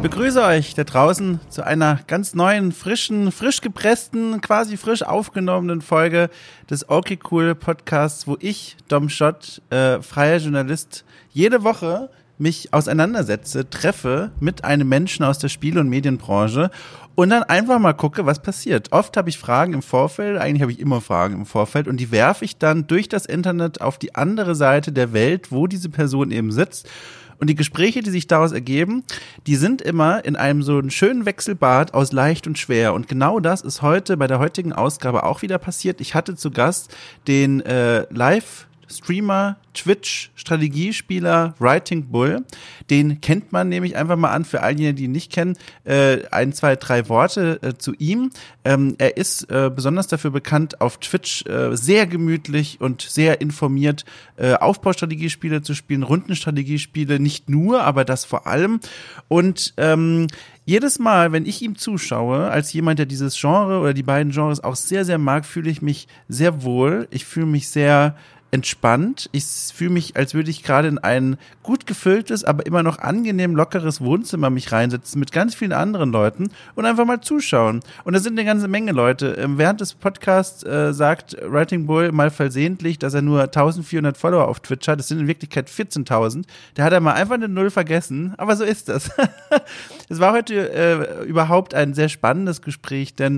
begrüße euch da draußen zu einer ganz neuen, frischen, frisch gepressten, quasi frisch aufgenommenen Folge des Okay Cool Podcasts, wo ich, Dom Schott, freier Journalist, jede Woche mich auseinandersetze, treffe mit einem Menschen aus der Spiel- und Medienbranche und dann einfach mal gucke, was passiert. Oft habe ich Fragen im Vorfeld, eigentlich habe ich immer Fragen im Vorfeld und die werfe ich dann durch das Internet auf die andere Seite der Welt, wo diese Person eben sitzt. Und die Gespräche, die sich daraus ergeben, die sind immer in einem so einen schönen Wechselbad aus leicht und schwer. Und genau das ist heute bei der heutigen Ausgabe auch wieder passiert. Ich hatte zu Gast den Live-Streamer, Twitch-Strategiespieler Writing Bull. Den kennt man nämlich einfach mal an, für all jene, die ihn nicht kennen, 1, 2, 3 Worte zu ihm. Er ist besonders dafür bekannt, auf Twitch sehr gemütlich und sehr informiert Aufbaustrategiespiele zu spielen, Rundenstrategiespiele, nicht nur, aber das vor allem. Und jedes Mal, wenn ich ihm zuschaue, als jemand, der dieses Genre oder die beiden Genres auch sehr, sehr mag, fühle ich mich sehr wohl. Ich fühle mich sehr entspannt. Ich fühle mich, als würde ich gerade in ein gut gefülltes, aber immer noch angenehm lockeres Wohnzimmer mich reinsetzen mit ganz vielen anderen Leuten und einfach mal zuschauen. Und da sind eine ganze Menge Leute. Während des Podcasts sagt Writing Bull mal versehentlich, dass er nur 1400 Follower auf Twitch hat. Das sind in Wirklichkeit 14.000. Da hat er mal einfach eine Null vergessen. Aber so ist das. Es war heute überhaupt ein sehr spannendes Gespräch, denn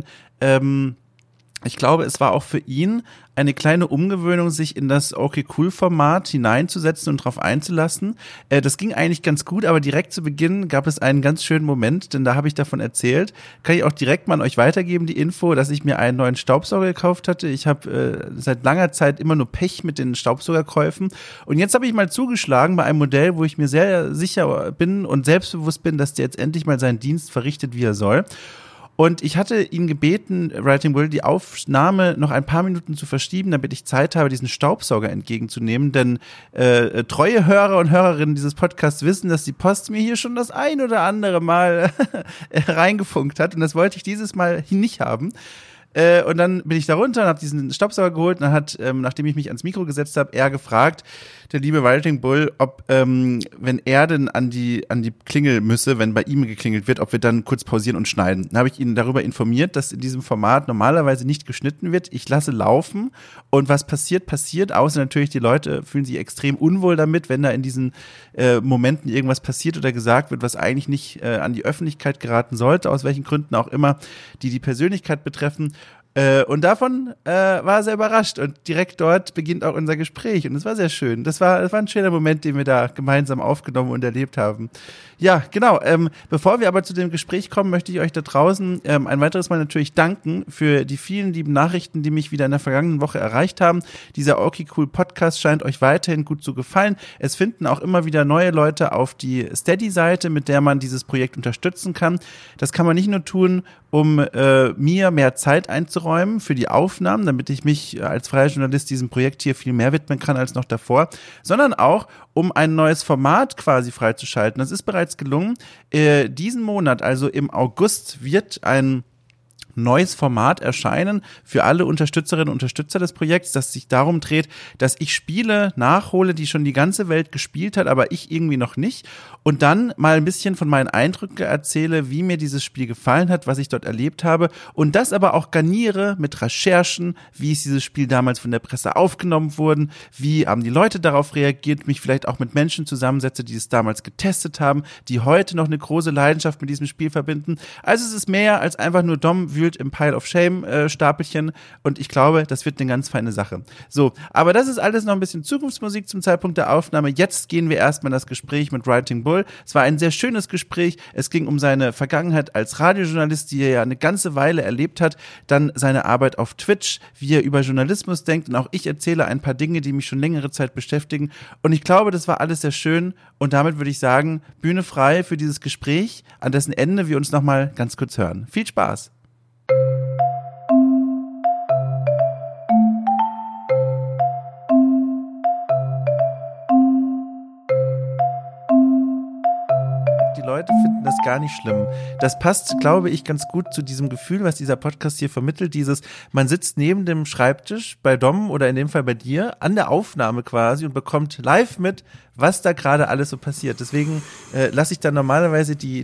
ich glaube, es war auch für ihn eine kleine Umgewöhnung, sich in das Okay-Cool-Format hineinzusetzen und drauf einzulassen. Das ging eigentlich ganz gut, aber direkt zu Beginn gab es einen ganz schönen Moment, denn da habe ich davon erzählt. Kann ich auch direkt mal an euch weitergeben, die Info, dass ich mir einen neuen Staubsauger gekauft hatte. Ich habe seit langer Zeit immer nur Pech mit den Staubsaugerkäufen. Und jetzt habe ich mal zugeschlagen bei einem Modell, wo ich mir sehr sicher bin und selbstbewusst bin, dass der jetzt endlich mal seinen Dienst verrichtet, wie er soll. Und ich hatte ihn gebeten, Writing Bull, die Aufnahme noch ein paar Minuten zu verschieben, damit ich Zeit habe, diesen Staubsauger entgegenzunehmen. Denn treue Hörer und Hörerinnen dieses Podcasts wissen, dass die Post mir hier schon das ein oder andere Mal reingefunkt hat. Und das wollte ich dieses Mal nicht haben. Und dann bin ich da runter und habe diesen Staubsauger geholt. Und dann hat, nachdem ich mich ans Mikro gesetzt habe, er gefragt, der liebe Writing Bull, ob, wenn er denn an die Klingel müsse, wenn bei ihm geklingelt wird, ob wir dann kurz pausieren und schneiden. Dann habe ich ihn darüber informiert, dass in diesem Format normalerweise nicht geschnitten wird. Ich lasse laufen und was passiert, außer natürlich die Leute fühlen sich extrem unwohl damit, wenn da in diesen Momenten irgendwas passiert oder gesagt wird, was eigentlich nicht an die Öffentlichkeit geraten sollte, aus welchen Gründen auch immer, die Persönlichkeit betreffen. Und davon war er sehr überrascht und direkt dort beginnt auch unser Gespräch und es war sehr schön. Das war ein schöner Moment, den wir da gemeinsam aufgenommen und erlebt haben. Ja, genau. Bevor wir aber zu dem Gespräch kommen, möchte ich euch da draußen ein weiteres Mal natürlich danken für die vielen lieben Nachrichten, die mich wieder in der vergangenen Woche erreicht haben. Dieser Okay Cool Podcast scheint euch weiterhin gut zu gefallen. Es finden auch immer wieder neue Leute auf die Steady-Seite, mit der man dieses Projekt unterstützen kann. Das kann man nicht nur tun, um mir mehr Zeit einzuräumen für die Aufnahmen, damit ich mich als freier Journalist diesem Projekt hier viel mehr widmen kann als noch davor, sondern auch, um ein neues Format quasi freizuschalten. Das ist bereits gelungen. Diesen Monat, also im August, wird ein neues Format erscheinen für alle Unterstützerinnen und Unterstützer des Projekts, das sich darum dreht, dass ich Spiele nachhole, die schon die ganze Welt gespielt hat, aber ich irgendwie noch nicht und dann mal ein bisschen von meinen Eindrücken erzähle, wie mir dieses Spiel gefallen hat, was ich dort erlebt habe und das aber auch garniere mit Recherchen, wie ist dieses Spiel damals von der Presse aufgenommen worden, wie haben die Leute darauf reagiert, mich vielleicht auch mit Menschen zusammensetze, die es damals getestet haben, die heute noch eine große Leidenschaft mit diesem Spiel verbinden. Also es ist mehr als einfach nur Dom wühlt im Pile of Shame Stapelchen und ich glaube, das wird eine ganz feine Sache. So, aber das ist alles noch ein bisschen Zukunftsmusik zum Zeitpunkt der Aufnahme. Jetzt gehen wir erstmal in das Gespräch mit Writing Bull. Es war ein sehr schönes Gespräch. Es ging um seine Vergangenheit als Radiojournalist, die er ja eine ganze Weile erlebt hat, dann seine Arbeit auf Twitch, wie er über Journalismus denkt und auch ich erzähle ein paar Dinge, die mich schon längere Zeit beschäftigen und ich glaube, das war alles sehr schön und damit würde ich sagen, Bühne frei für dieses Gespräch, an dessen Ende wir uns nochmal ganz kurz hören. Viel Spaß! Leute finden das gar nicht schlimm. Das passt, glaube ich, ganz gut zu diesem Gefühl, was dieser Podcast hier vermittelt, man sitzt neben dem Schreibtisch bei Dom oder in dem Fall bei dir an der Aufnahme quasi und bekommt live mit, was da gerade alles so passiert. Deswegen lasse ich dann normalerweise wie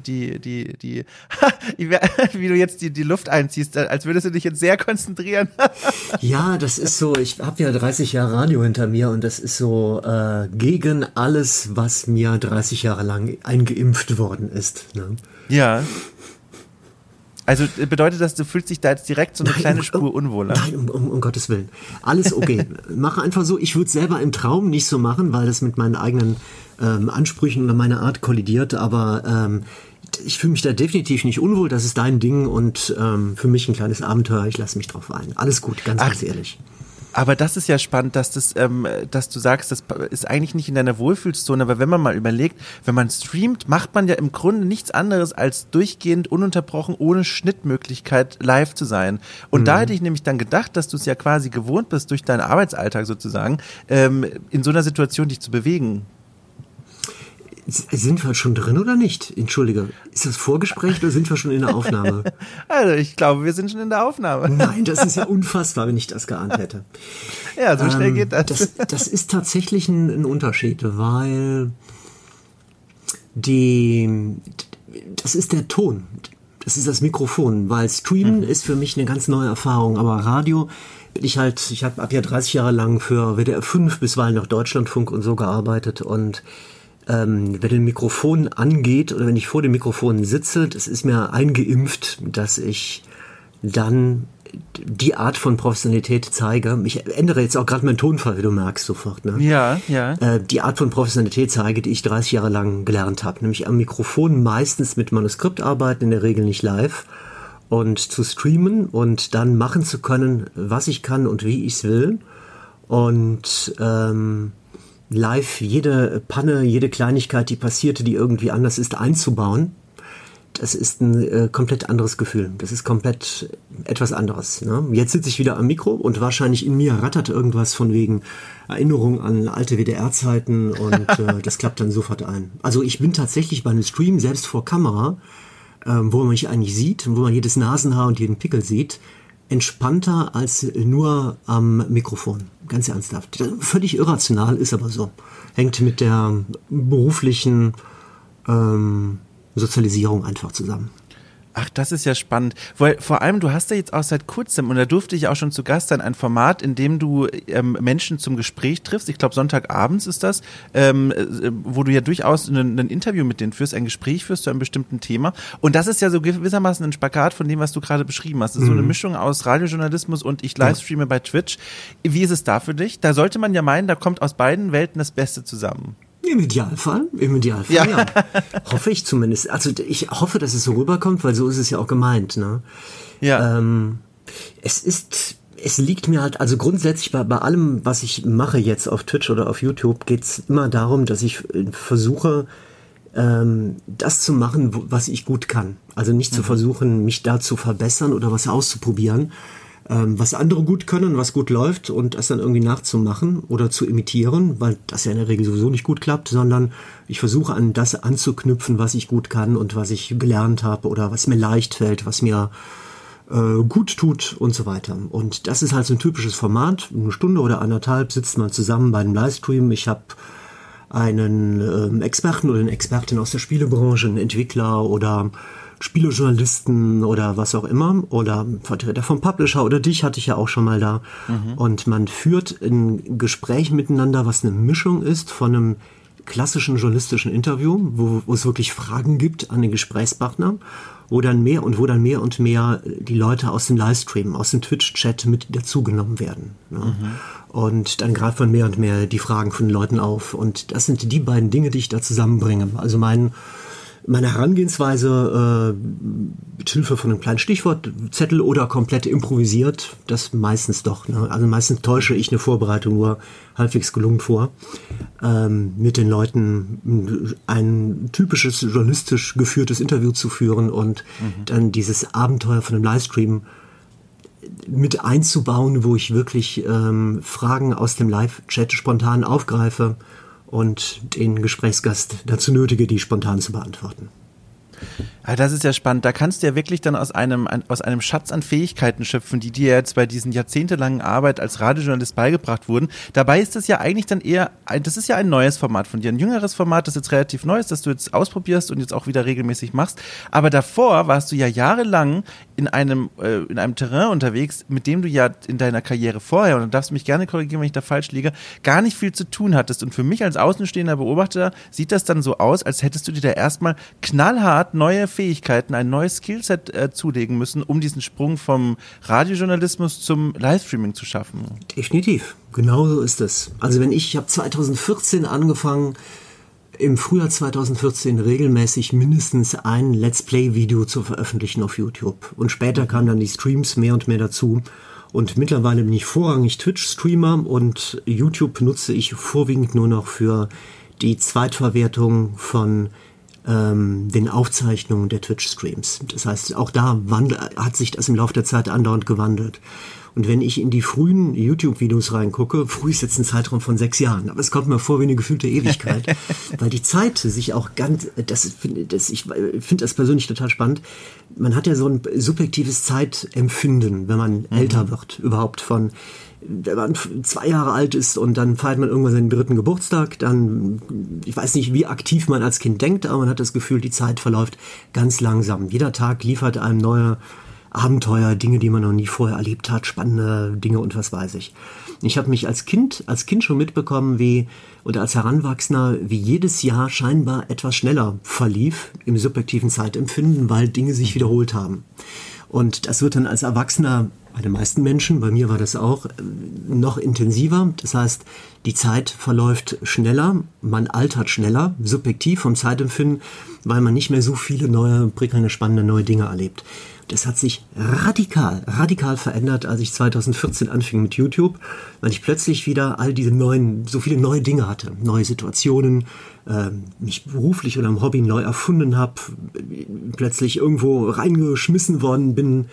du jetzt die Luft einziehst, als würdest du dich jetzt sehr konzentrieren. Ja, das ist so, ich habe ja 30 Jahre Radio hinter mir und das ist so gegen alles, was mir 30 Jahre lang eingeimpft worden ist. Ne? Ja. Also bedeutet das, du fühlst dich da jetzt direkt so eine kleine Spur unwohler? Nein, um Gottes Willen. Alles okay. Mache einfach so. Ich würde es selber im Traum nicht so machen, weil das mit meinen eigenen Ansprüchen oder meiner Art kollidiert. Aber ich fühle mich da definitiv nicht unwohl. Das ist dein Ding und für mich ein kleines Abenteuer. Ich lasse mich drauf ein. Alles gut, ganz ehrlich. Aber das ist ja spannend, dass du sagst, das ist eigentlich nicht in deiner Wohlfühlzone, aber wenn man mal überlegt, wenn man streamt, macht man ja im Grunde nichts anderes als durchgehend, ununterbrochen, ohne Schnittmöglichkeit live zu sein. Und da hätte ich nämlich dann gedacht, dass du es ja quasi gewohnt bist, durch deinen Arbeitsalltag sozusagen, in so einer Situation dich zu bewegen. Sind wir schon drin oder nicht? Entschuldige, ist das Vorgespräch oder sind wir schon in der Aufnahme? Also ich glaube, wir sind schon in der Aufnahme. Nein, das ist ja unfassbar, wenn ich das geahnt hätte. Ja, so schnell geht das. Das ist tatsächlich ein Unterschied, weil das ist der Ton, das ist das Mikrofon, weil Streamen ist für mich eine ganz neue Erfahrung, aber Radio ich habe ja 30 Jahre lang für WDR 5 bisweilen noch Deutschlandfunk und so gearbeitet und wenn ein Mikrofon angeht oder wenn ich vor dem Mikrofon sitze, das ist mir eingeimpft, dass ich dann die Art von Professionalität zeige. Ich ändere jetzt auch gerade meinen Tonfall, wie du merkst, sofort. Ne? Ja. Die Art von Professionalität zeige, die ich 30 Jahre lang gelernt habe. Nämlich am Mikrofon meistens mit Manuskript arbeiten, in der Regel nicht live. Und zu streamen und dann machen zu können, was ich kann und wie ich es will. Und live jede Panne, jede Kleinigkeit, die passierte, die irgendwie anders ist, einzubauen, das ist ein komplett anderes Gefühl. Das ist komplett etwas anderes. Ne? Jetzt sitze ich wieder am Mikro und wahrscheinlich in mir rattert irgendwas von wegen Erinnerung an alte WDR-Zeiten und das klappt dann sofort ein. Also ich bin tatsächlich bei einem Stream, selbst vor Kamera, wo man mich eigentlich sieht, wo man jedes Nasenhaar und jeden Pickel sieht, entspannter als nur am Mikrofon. Ganz ernsthaft. Völlig irrational, ist aber so. Hängt mit der beruflichen Sozialisierung einfach zusammen. Ach, das ist ja spannend. Weil vor allem, du hast ja jetzt auch seit kurzem, und da durfte ich auch schon zu Gast sein, ein Format, in dem du Menschen zum Gespräch triffst. Ich glaube, Sonntagabends ist das, wo du ja durchaus ein Interview mit denen führst, ein Gespräch führst zu einem bestimmten Thema. Und das ist ja so gewissermaßen ein Spagat von dem, was du gerade beschrieben hast. Das ist so eine Mischung aus Radiojournalismus und ich livestreame bei Twitch. Wie ist es da für dich? Da sollte man ja meinen, da kommt aus beiden Welten das Beste zusammen. Im Idealfall, ja. Hoffe ich zumindest. Also ich hoffe, dass es so rüberkommt, weil so ist es ja auch gemeint. Ne? Ja. Es liegt mir halt, also grundsätzlich bei allem, was ich mache jetzt auf Twitch oder auf YouTube, geht's immer darum, dass ich versuche, das zu machen, was ich gut kann. Also nicht zu versuchen, mich da zu verbessern oder was auszuprobieren, was andere gut können, was gut läuft und das dann irgendwie nachzumachen oder zu imitieren, weil das ja in der Regel sowieso nicht gut klappt, sondern ich versuche an das anzuknüpfen, was ich gut kann und was ich gelernt habe oder was mir leicht fällt, was mir gut tut und so weiter. Und das ist halt so ein typisches Format. Eine Stunde oder anderthalb sitzt man zusammen bei einem Livestream. Ich habe einen Experten oder eine Expertin aus der Spielebranche, einen Entwickler oder Spielejournalisten oder was auch immer oder Vertreter vom Publisher oder dich hatte ich ja auch schon mal da. Und man führt ein Gespräch miteinander, was eine Mischung ist von einem klassischen journalistischen Interview, wo es wirklich Fragen gibt an den Gesprächspartner, wo dann mehr und mehr die Leute aus dem Livestream, aus dem Twitch-Chat mit dazugenommen werden. Ne? Und dann greift man mehr und mehr die Fragen von den Leuten auf. Und das sind die beiden Dinge, die ich da zusammenbringe. Also meine Herangehensweise mit Hilfe von einem kleinen Stichwortzettel oder komplett improvisiert, das meistens doch. Ne? Also meistens täusche ich eine Vorbereitung nur halbwegs gelungen vor, mit den Leuten ein typisches journalistisch geführtes Interview zu führen und dann dieses Abenteuer von einem Livestream mit einzubauen, wo ich wirklich Fragen aus dem Live-Chat spontan aufgreife und den Gesprächsgast dazu nötige, die spontan zu beantworten. Ah, das ist ja spannend. Da kannst du ja wirklich dann aus einem Schatz an Fähigkeiten schöpfen, die dir jetzt bei diesen jahrzehntelangen Arbeit als Radiojournalist beigebracht wurden. Dabei ist das ja eigentlich dann das ist ja ein neues Format von dir, ein jüngeres Format, das jetzt relativ neu ist, das du jetzt ausprobierst und jetzt auch wieder regelmäßig machst. Aber davor warst du ja jahrelang in einem Terrain unterwegs, mit dem du ja in deiner Karriere vorher, und du darfst mich gerne korrigieren, wenn ich da falsch liege, gar nicht viel zu tun hattest. Und für mich als außenstehender Beobachter sieht das dann so aus, als hättest du dir da erstmal knallhart neue Fähigkeiten, ein neues Skillset zulegen müssen, um diesen Sprung vom Radiojournalismus zum Livestreaming zu schaffen. Definitiv, genau so ist es. Also ich habe 2014 angefangen, im Frühjahr 2014 regelmäßig mindestens ein Let's Play-Video zu veröffentlichen auf YouTube. Und später kamen dann die Streams mehr und mehr dazu. Und mittlerweile bin ich vorrangig Twitch-Streamer und YouTube nutze ich vorwiegend nur noch für die Zweitverwertung von den Aufzeichnungen der Twitch-Streams. Das heißt, auch da hat sich das im Laufe der Zeit andauernd gewandelt. Und wenn ich in die frühen YouTube-Videos reingucke, früh ist jetzt ein Zeitraum von 6 Jahren, aber es kommt mir vor wie eine gefühlte Ewigkeit, weil die Zeit sich auch ich finde das persönlich total spannend. Man hat ja so ein subjektives Zeitempfinden, wenn man älter wird, überhaupt wenn man 2 Jahre alt ist und dann feiert man irgendwann seinen 3. Geburtstag, dann, ich weiß nicht, wie aktiv man als Kind denkt, aber man hat das Gefühl, die Zeit verläuft ganz langsam. Jeder Tag liefert einem neue Abenteuer, Dinge, die man noch nie vorher erlebt hat, spannende Dinge und was weiß ich. Ich habe mich als Kind schon mitbekommen, oder als Heranwachsender, wie jedes Jahr scheinbar etwas schneller verlief im subjektiven Zeitempfinden, weil Dinge sich wiederholt haben. Und das wird dann als Erwachsener bei den meisten Menschen, bei mir war das auch, noch intensiver. Das heißt, die Zeit verläuft schneller, man altert schneller, subjektiv vom Zeitempfinden, weil man nicht mehr so viele neue, prickelnde, spannende neue Dinge erlebt. Das hat sich radikal verändert, als ich 2014 anfing mit YouTube, weil ich plötzlich wieder so viele neue Dinge hatte, neue Situationen, mich beruflich oder im Hobby neu erfunden habe, plötzlich irgendwo reingeschmissen worden bin,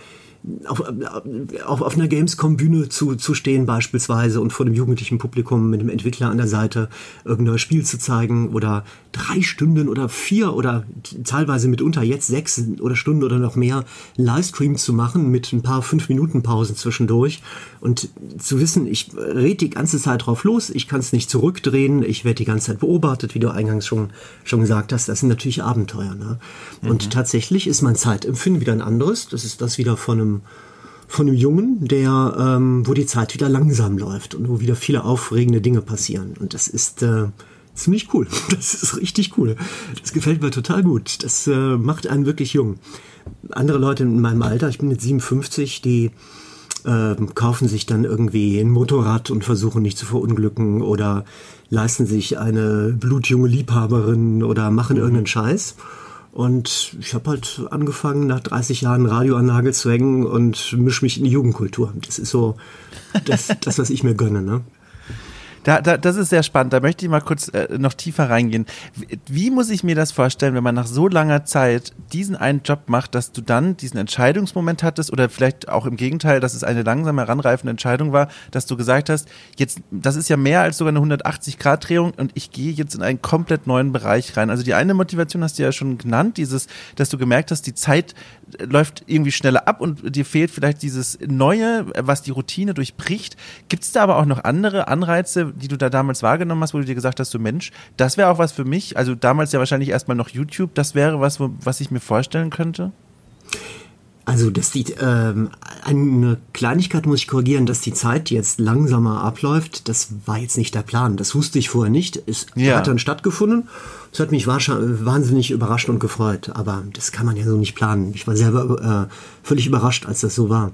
auf einer Gamescom-Bühne zu stehen beispielsweise und vor dem jugendlichen Publikum mit einem Entwickler an der Seite irgendein neues Spiel zu zeigen oder 3 Stunden oder 4 oder teilweise mitunter jetzt 6 oder Stunden oder noch mehr Livestream zu machen mit ein paar 5-Minuten-Pausen zwischendurch und zu wissen, ich rede die ganze Zeit drauf los, ich kann es nicht zurückdrehen, ich werde die ganze Zeit beobachtet, wie du eingangs schon gesagt hast, das sind natürlich Abenteuer. Ne? Und tatsächlich ist mein Zeitempfinden wieder ein anderes, das ist das wieder von einem Jungen, wo die Zeit wieder langsam läuft und wo wieder viele aufregende Dinge passieren. Und das ist ziemlich cool. Das ist richtig cool. Das gefällt mir total gut. Das macht einen wirklich jung. Andere Leute in meinem Alter, ich bin jetzt 57, die kaufen sich dann irgendwie ein Motorrad und versuchen nicht zu verunglücken oder leisten sich eine blutjunge Liebhaberin oder machen irgendeinen Scheiß. Und ich habe halt angefangen, nach 30 Jahren Radio an den Nagel zu hängen und mische mich in die Jugendkultur. Das ist so das was ich mir gönne, ne? Das ist sehr spannend. Da möchte ich mal kurz noch tiefer reingehen. Wie muss ich mir das vorstellen, wenn man nach so langer Zeit diesen einen Job macht, dass du dann diesen Entscheidungsmoment hattest oder vielleicht auch im Gegenteil, dass es eine langsam heranreifende Entscheidung war, dass du gesagt hast, jetzt, das ist ja mehr als sogar eine 180-Grad-Drehung und ich gehe jetzt in einen komplett neuen Bereich rein. Also die eine Motivation hast du ja schon genannt, dass du gemerkt hast, die Zeit läuft irgendwie schneller ab und dir fehlt vielleicht dieses Neue, was die Routine durchbricht. Gibt es da aber auch noch andere Anreize, die du da damals wahrgenommen hast, wo du dir gesagt hast, so Mensch, das wäre auch was für mich, also damals ja wahrscheinlich erstmal noch YouTube, das wäre was ich mir vorstellen könnte? Also eine Kleinigkeit muss ich korrigieren, dass die Zeit jetzt langsamer abläuft, das war jetzt nicht der Plan, das wusste ich vorher nicht, es hat dann stattgefunden, es hat mich wahnsinnig überrascht und gefreut, aber das kann man ja so nicht planen, ich war selber völlig überrascht, als das so war.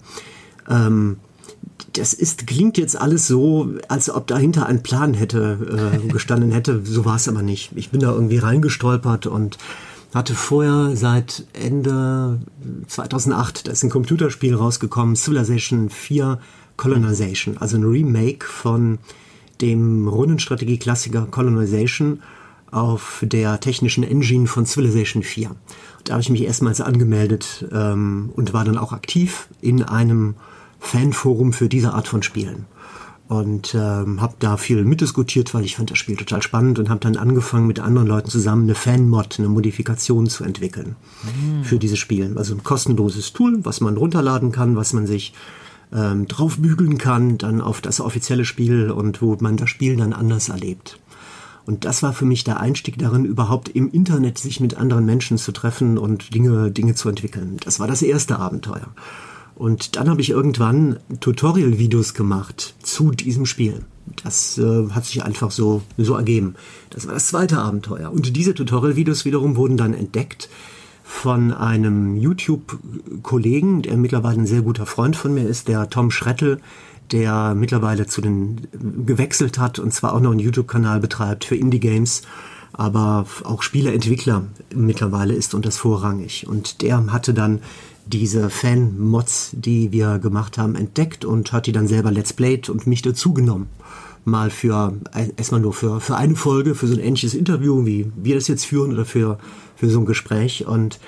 Klingt jetzt alles so, als ob dahinter ein Plan gestanden hätte, so war es aber nicht. Ich bin da irgendwie reingestolpert und hatte vorher seit Ende 2008, da ist ein Computerspiel rausgekommen, Civilization 4 Colonization, also ein Remake von dem Rundenstrategie-Klassiker Colonization auf der technischen Engine von Civilization 4. Da habe ich mich erstmals angemeldet und war dann auch aktiv in einem Fanforum für diese Art von Spielen. und habe da viel mitdiskutiert, weil ich fand das Spiel total spannend und habe dann angefangen mit anderen Leuten zusammen eine Fan-Mod, eine Modifikation zu entwickeln für dieses Spiel. Also ein kostenloses Tool, was man runterladen kann, was man sich draufbügeln kann, dann auf das offizielle Spiel und wo man das Spiel dann anders erlebt. Und das war für mich der Einstieg darin, überhaupt im Internet sich mit anderen Menschen zu treffen und Dinge zu entwickeln. Das war das erste Abenteuer. Und dann habe ich irgendwann Tutorial-Videos gemacht zu diesem Spiel. Das hat sich einfach so ergeben. Das war das zweite Abenteuer. Und diese Tutorial-Videos wiederum wurden dann entdeckt von einem YouTube-Kollegen, der mittlerweile ein sehr guter Freund von mir ist, der Tom Schrettel, der mittlerweile zu den gewechselt hat und zwar auch noch einen YouTube-Kanal betreibt für Indie-Games, aber auch Spieleentwickler mittlerweile ist und das vorrangig. Und der hatte dann diese Fan-Mods, die wir gemacht haben, entdeckt und hat die dann selber Let's Played und mich dazu genommen. Mal erstmal nur für eine Folge, für so ein ähnliches Interview, wie wir das jetzt führen oder für so ein Gespräch. Und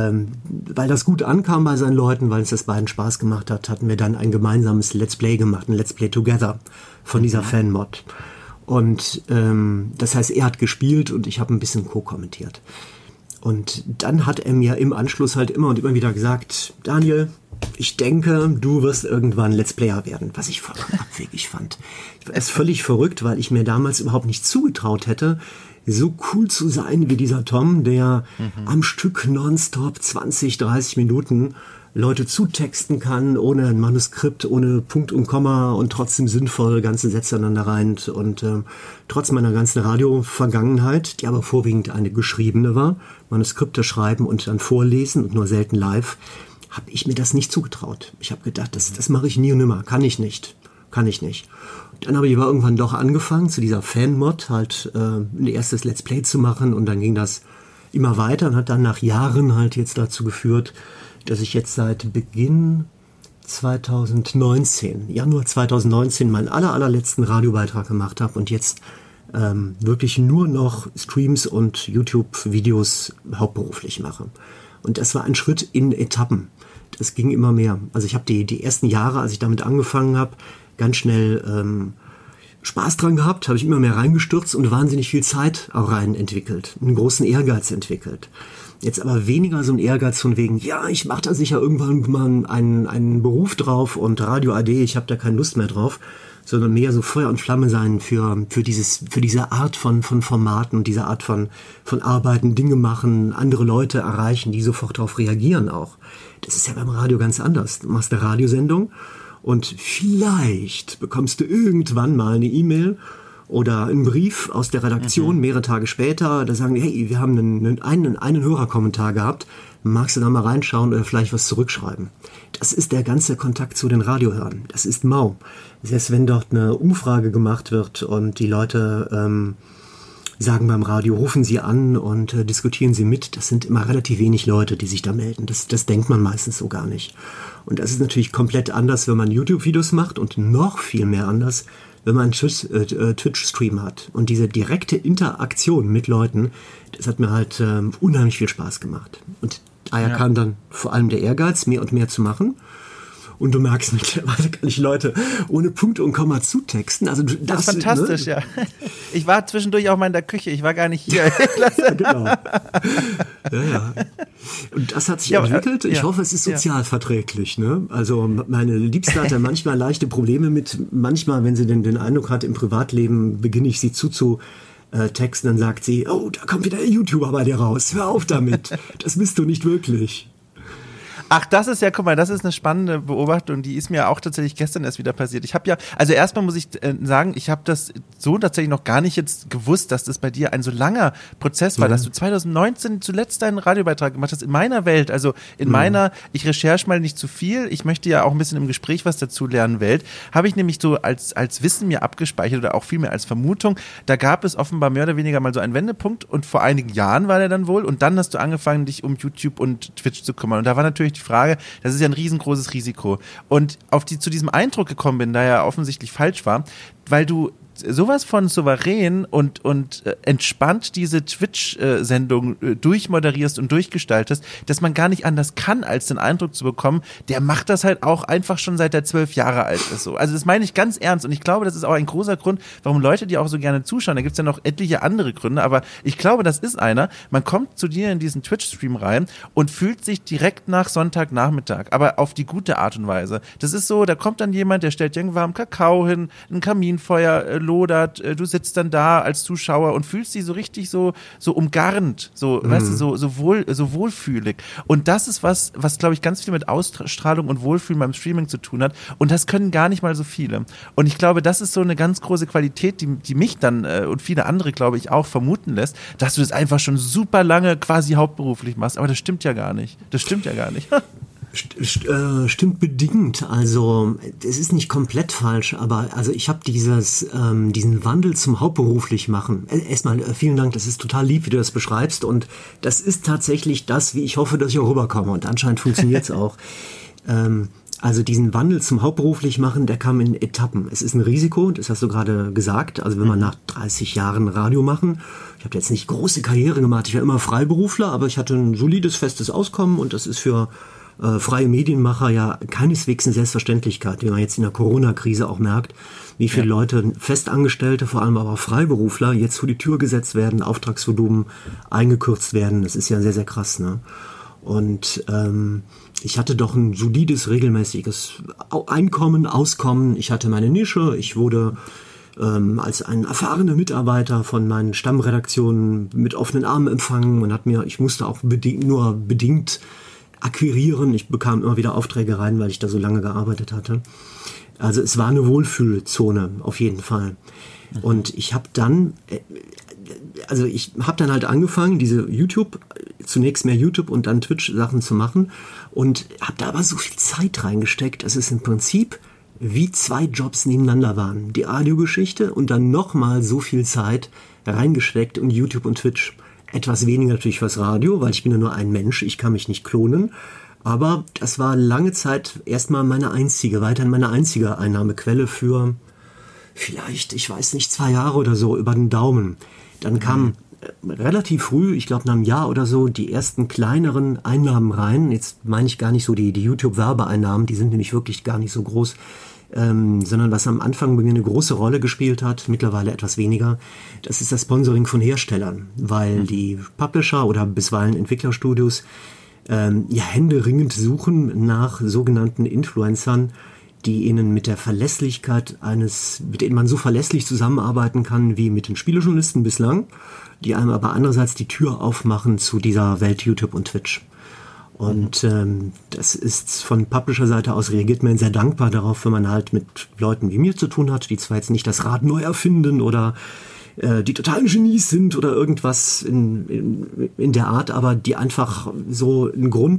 weil das gut ankam bei seinen Leuten, weil es das beiden Spaß gemacht hat, hatten wir dann ein gemeinsames Let's Play gemacht, ein Let's Play Together von dieser Fan-Mod. Und das heißt, er hat gespielt und ich habe ein bisschen co-kommentiert. Und dann hat er mir im Anschluss halt immer und immer wieder gesagt, Daniel, ich denke, du wirst irgendwann Let's Player werden, was ich vollkommen abwegig fand. Ich war erst völlig verrückt, weil ich mir damals überhaupt nicht zugetraut hätte, so cool zu sein wie dieser Tom, der am Stück nonstop 20, 30 Minuten Leute zutexten kann, ohne ein Manuskript, ohne Punkt und Komma und trotzdem sinnvoll ganze Sätze aneinander reimt. Und trotz meiner ganzen Radio-Vergangenheit, die aber vorwiegend eine geschriebene war, Manuskripte schreiben und dann vorlesen und nur selten live, habe ich mir das nicht zugetraut. Ich habe gedacht, das mache ich nie und nimmer, kann ich nicht. Dann habe ich aber irgendwann doch angefangen, zu dieser Fan-Mod halt ein erstes Let's Play zu machen und dann ging das immer weiter und hat dann nach Jahren halt jetzt dazu geführt, dass ich jetzt seit Beginn 2019, Januar 2019, meinen allerletzten Radiobeitrag gemacht habe und jetzt wirklich nur noch Streams und YouTube-Videos hauptberuflich mache. Und das war ein Schritt in Etappen. Das ging immer mehr. Also ich habe die ersten Jahre, als ich damit angefangen habe, ganz schnell Spaß dran gehabt, habe ich immer mehr reingestürzt und wahnsinnig viel Zeit auch rein entwickelt, einen großen Ehrgeiz entwickelt. Jetzt aber weniger so ein Ehrgeiz von wegen, ja, ich mache da sicher irgendwann mal einen Beruf drauf und Radio AD, ich habe da keine Lust mehr drauf, sondern mehr so Feuer und Flamme sein für diese Art von Formaten und diese Art von Arbeiten, Dinge machen, andere Leute erreichen, die sofort darauf reagieren auch. Das ist ja beim Radio ganz anders. Du machst eine Radiosendung und vielleicht bekommst du irgendwann mal eine E-Mail oder einen Brief aus der Redaktion mehrere Tage später, da sagen die, hey, wir haben einen Hörerkommentar gehabt, magst du da mal reinschauen oder vielleicht was zurückschreiben? Das ist der ganze Kontakt zu den Radiohörern. Das ist mau. Selbst wenn dort eine Umfrage gemacht wird und die Leute sagen beim Radio, rufen Sie an und diskutieren Sie mit, das sind immer relativ wenig Leute, die sich da melden. Das denkt man meistens so gar nicht. Und das ist natürlich komplett anders, wenn man YouTube-Videos macht und noch viel mehr anders, wenn man einen Twitch-Stream hat. Und diese direkte Interaktion mit Leuten, das hat mir halt unheimlich viel Spaß gemacht. Und daher kam dann vor allem der Ehrgeiz, mehr und mehr zu machen. Und du merkst mittlerweile kann ich Leute ohne Punkt und Komma zutexten. Also das ist fantastisch, ne? Ja. Ich war zwischendurch auch mal in der Küche, ich war gar nicht hier. Ja, genau. Ja. Und das hat sich entwickelt. Ich hoffe, es ist sozialverträglich. Ne? Also meine Liebste hat ja manchmal leichte Probleme mit, manchmal, wenn sie den Eindruck hat, im Privatleben beginne ich sie texten, dann sagt sie, oh, da kommt wieder ein YouTuber bei dir raus. Hör auf damit. Das bist du nicht wirklich. Ach, das ist ja, guck mal, das ist eine spannende Beobachtung, die ist mir auch tatsächlich gestern erst wieder passiert. Ich habe ja, also erstmal muss ich sagen, ich habe das so tatsächlich noch gar nicht jetzt gewusst, dass das bei dir ein so langer Prozess war, dass du 2019 zuletzt deinen Radiobeitrag gemacht hast in meiner Welt, also in meiner, ich recherche mal nicht zu viel, ich möchte ja auch ein bisschen im Gespräch was dazu lernen Welt, habe ich nämlich so als Wissen mir abgespeichert oder auch vielmehr als Vermutung, da gab es offenbar mehr oder weniger mal so einen Wendepunkt und vor einigen Jahren war der dann wohl und dann hast du angefangen, dich um YouTube und Twitch zu kümmern und da war natürlich die Frage, das ist ja ein riesengroßes Risiko. Und zu diesem Eindruck gekommen bin, da er offensichtlich falsch war, weil du sowas von souverän und entspannt diese Twitch-Sendung durchmoderierst und durchgestaltest, dass man gar nicht anders kann, als den Eindruck zu bekommen, der macht das halt auch einfach schon seit er 12 Jahre alt ist. So. Also das meine ich ganz ernst und ich glaube, das ist auch ein großer Grund, warum Leute, die auch so gerne zuschauen, da gibt's ja noch etliche andere Gründe, aber ich glaube, das ist einer, man kommt zu dir in diesen Twitch-Stream rein und fühlt sich direkt nach Sonntagnachmittag, aber auf die gute Art und Weise. Das ist so, da kommt dann jemand, der stellt dir einen warmen Kakao hin, ein Kaminfeuer lodert, du sitzt dann da als Zuschauer und fühlst dich so richtig so umgarnt, weißt du, so wohlfühlig. Und das ist was glaube ich ganz viel mit Ausstrahlung und Wohlfühlen beim Streaming zu tun hat. Und das können gar nicht mal so viele. Und ich glaube, das ist so eine ganz große Qualität, die mich dann und viele andere, glaube ich, auch vermuten lässt, dass du das einfach schon super lange quasi hauptberuflich machst. Aber das stimmt ja gar nicht. Stimmt bedingt. Also es ist nicht komplett falsch, aber also ich habe diesen Wandel zum hauptberuflich machen. Erstmal vielen Dank, das ist total lieb, wie du das beschreibst und das ist tatsächlich das, wie ich hoffe, dass ich auch rüberkomme und anscheinend funktioniert es auch. Also diesen Wandel zum hauptberuflich machen, der kam in Etappen. Es ist ein Risiko, das hast du gerade gesagt. Also wenn man nach 30 Jahren Radio machen, ich habe jetzt nicht große Karriere gemacht, ich war immer Freiberufler, aber ich hatte ein solides, festes Auskommen und das ist für freie Medienmacher ja keineswegs eine Selbstverständlichkeit, wie man jetzt in der Corona-Krise auch merkt, wie viele Leute, Festangestellte, vor allem aber auch Freiberufler, jetzt vor die Tür gesetzt werden, Auftragsvolumen eingekürzt werden. Das ist ja sehr, sehr krass, ne? Und ich hatte doch ein solides, regelmäßiges Einkommen, Auskommen. Ich hatte meine Nische. Ich wurde als ein erfahrener Mitarbeiter von meinen Stammredaktionen mit offenen Armen empfangen. Ich musste auch nur bedingt akquirieren. Ich bekam immer wieder Aufträge rein, weil ich da so lange gearbeitet hatte. Also es war eine Wohlfühlzone, auf jeden Fall. Und ich habe dann halt angefangen, zunächst mehr YouTube und dann Twitch-Sachen zu machen und habe da aber so viel Zeit reingesteckt, dass es im Prinzip wie 2 Jobs nebeneinander waren. Die Audiogeschichte und dann nochmal so viel Zeit reingesteckt in YouTube und Twitch. Etwas weniger natürlich fürs Radio, weil ich bin ja nur ein Mensch, ich kann mich nicht klonen. Aber das war lange Zeit erstmal weiterhin meine einzige Einnahmequelle für vielleicht, ich weiß nicht, 2 Jahre oder so über den Daumen. Dann kam relativ früh, ich glaube nach einem Jahr oder so, die ersten kleineren Einnahmen rein. Jetzt meine ich gar nicht so die YouTube-Werbeeinnahmen, die sind nämlich wirklich gar nicht so groß. Sondern was am Anfang bei mir eine große Rolle gespielt hat, mittlerweile etwas weniger, das ist das Sponsoring von Herstellern, weil die Publisher oder bisweilen Entwicklerstudios händeringend suchen nach sogenannten Influencern, die ihnen mit der Verlässlichkeit mit denen man so verlässlich zusammenarbeiten kann wie mit den Spielejournalisten bislang, die einem aber andererseits die Tür aufmachen zu dieser Welt YouTube und Twitch. Und das ist von Publisher-Seite aus, reagiert man sehr dankbar darauf, wenn man halt mit Leuten wie mir zu tun hat, die zwar jetzt nicht das Rad neu erfinden oder die totalen Genies sind oder irgendwas in der Art, aber die einfach so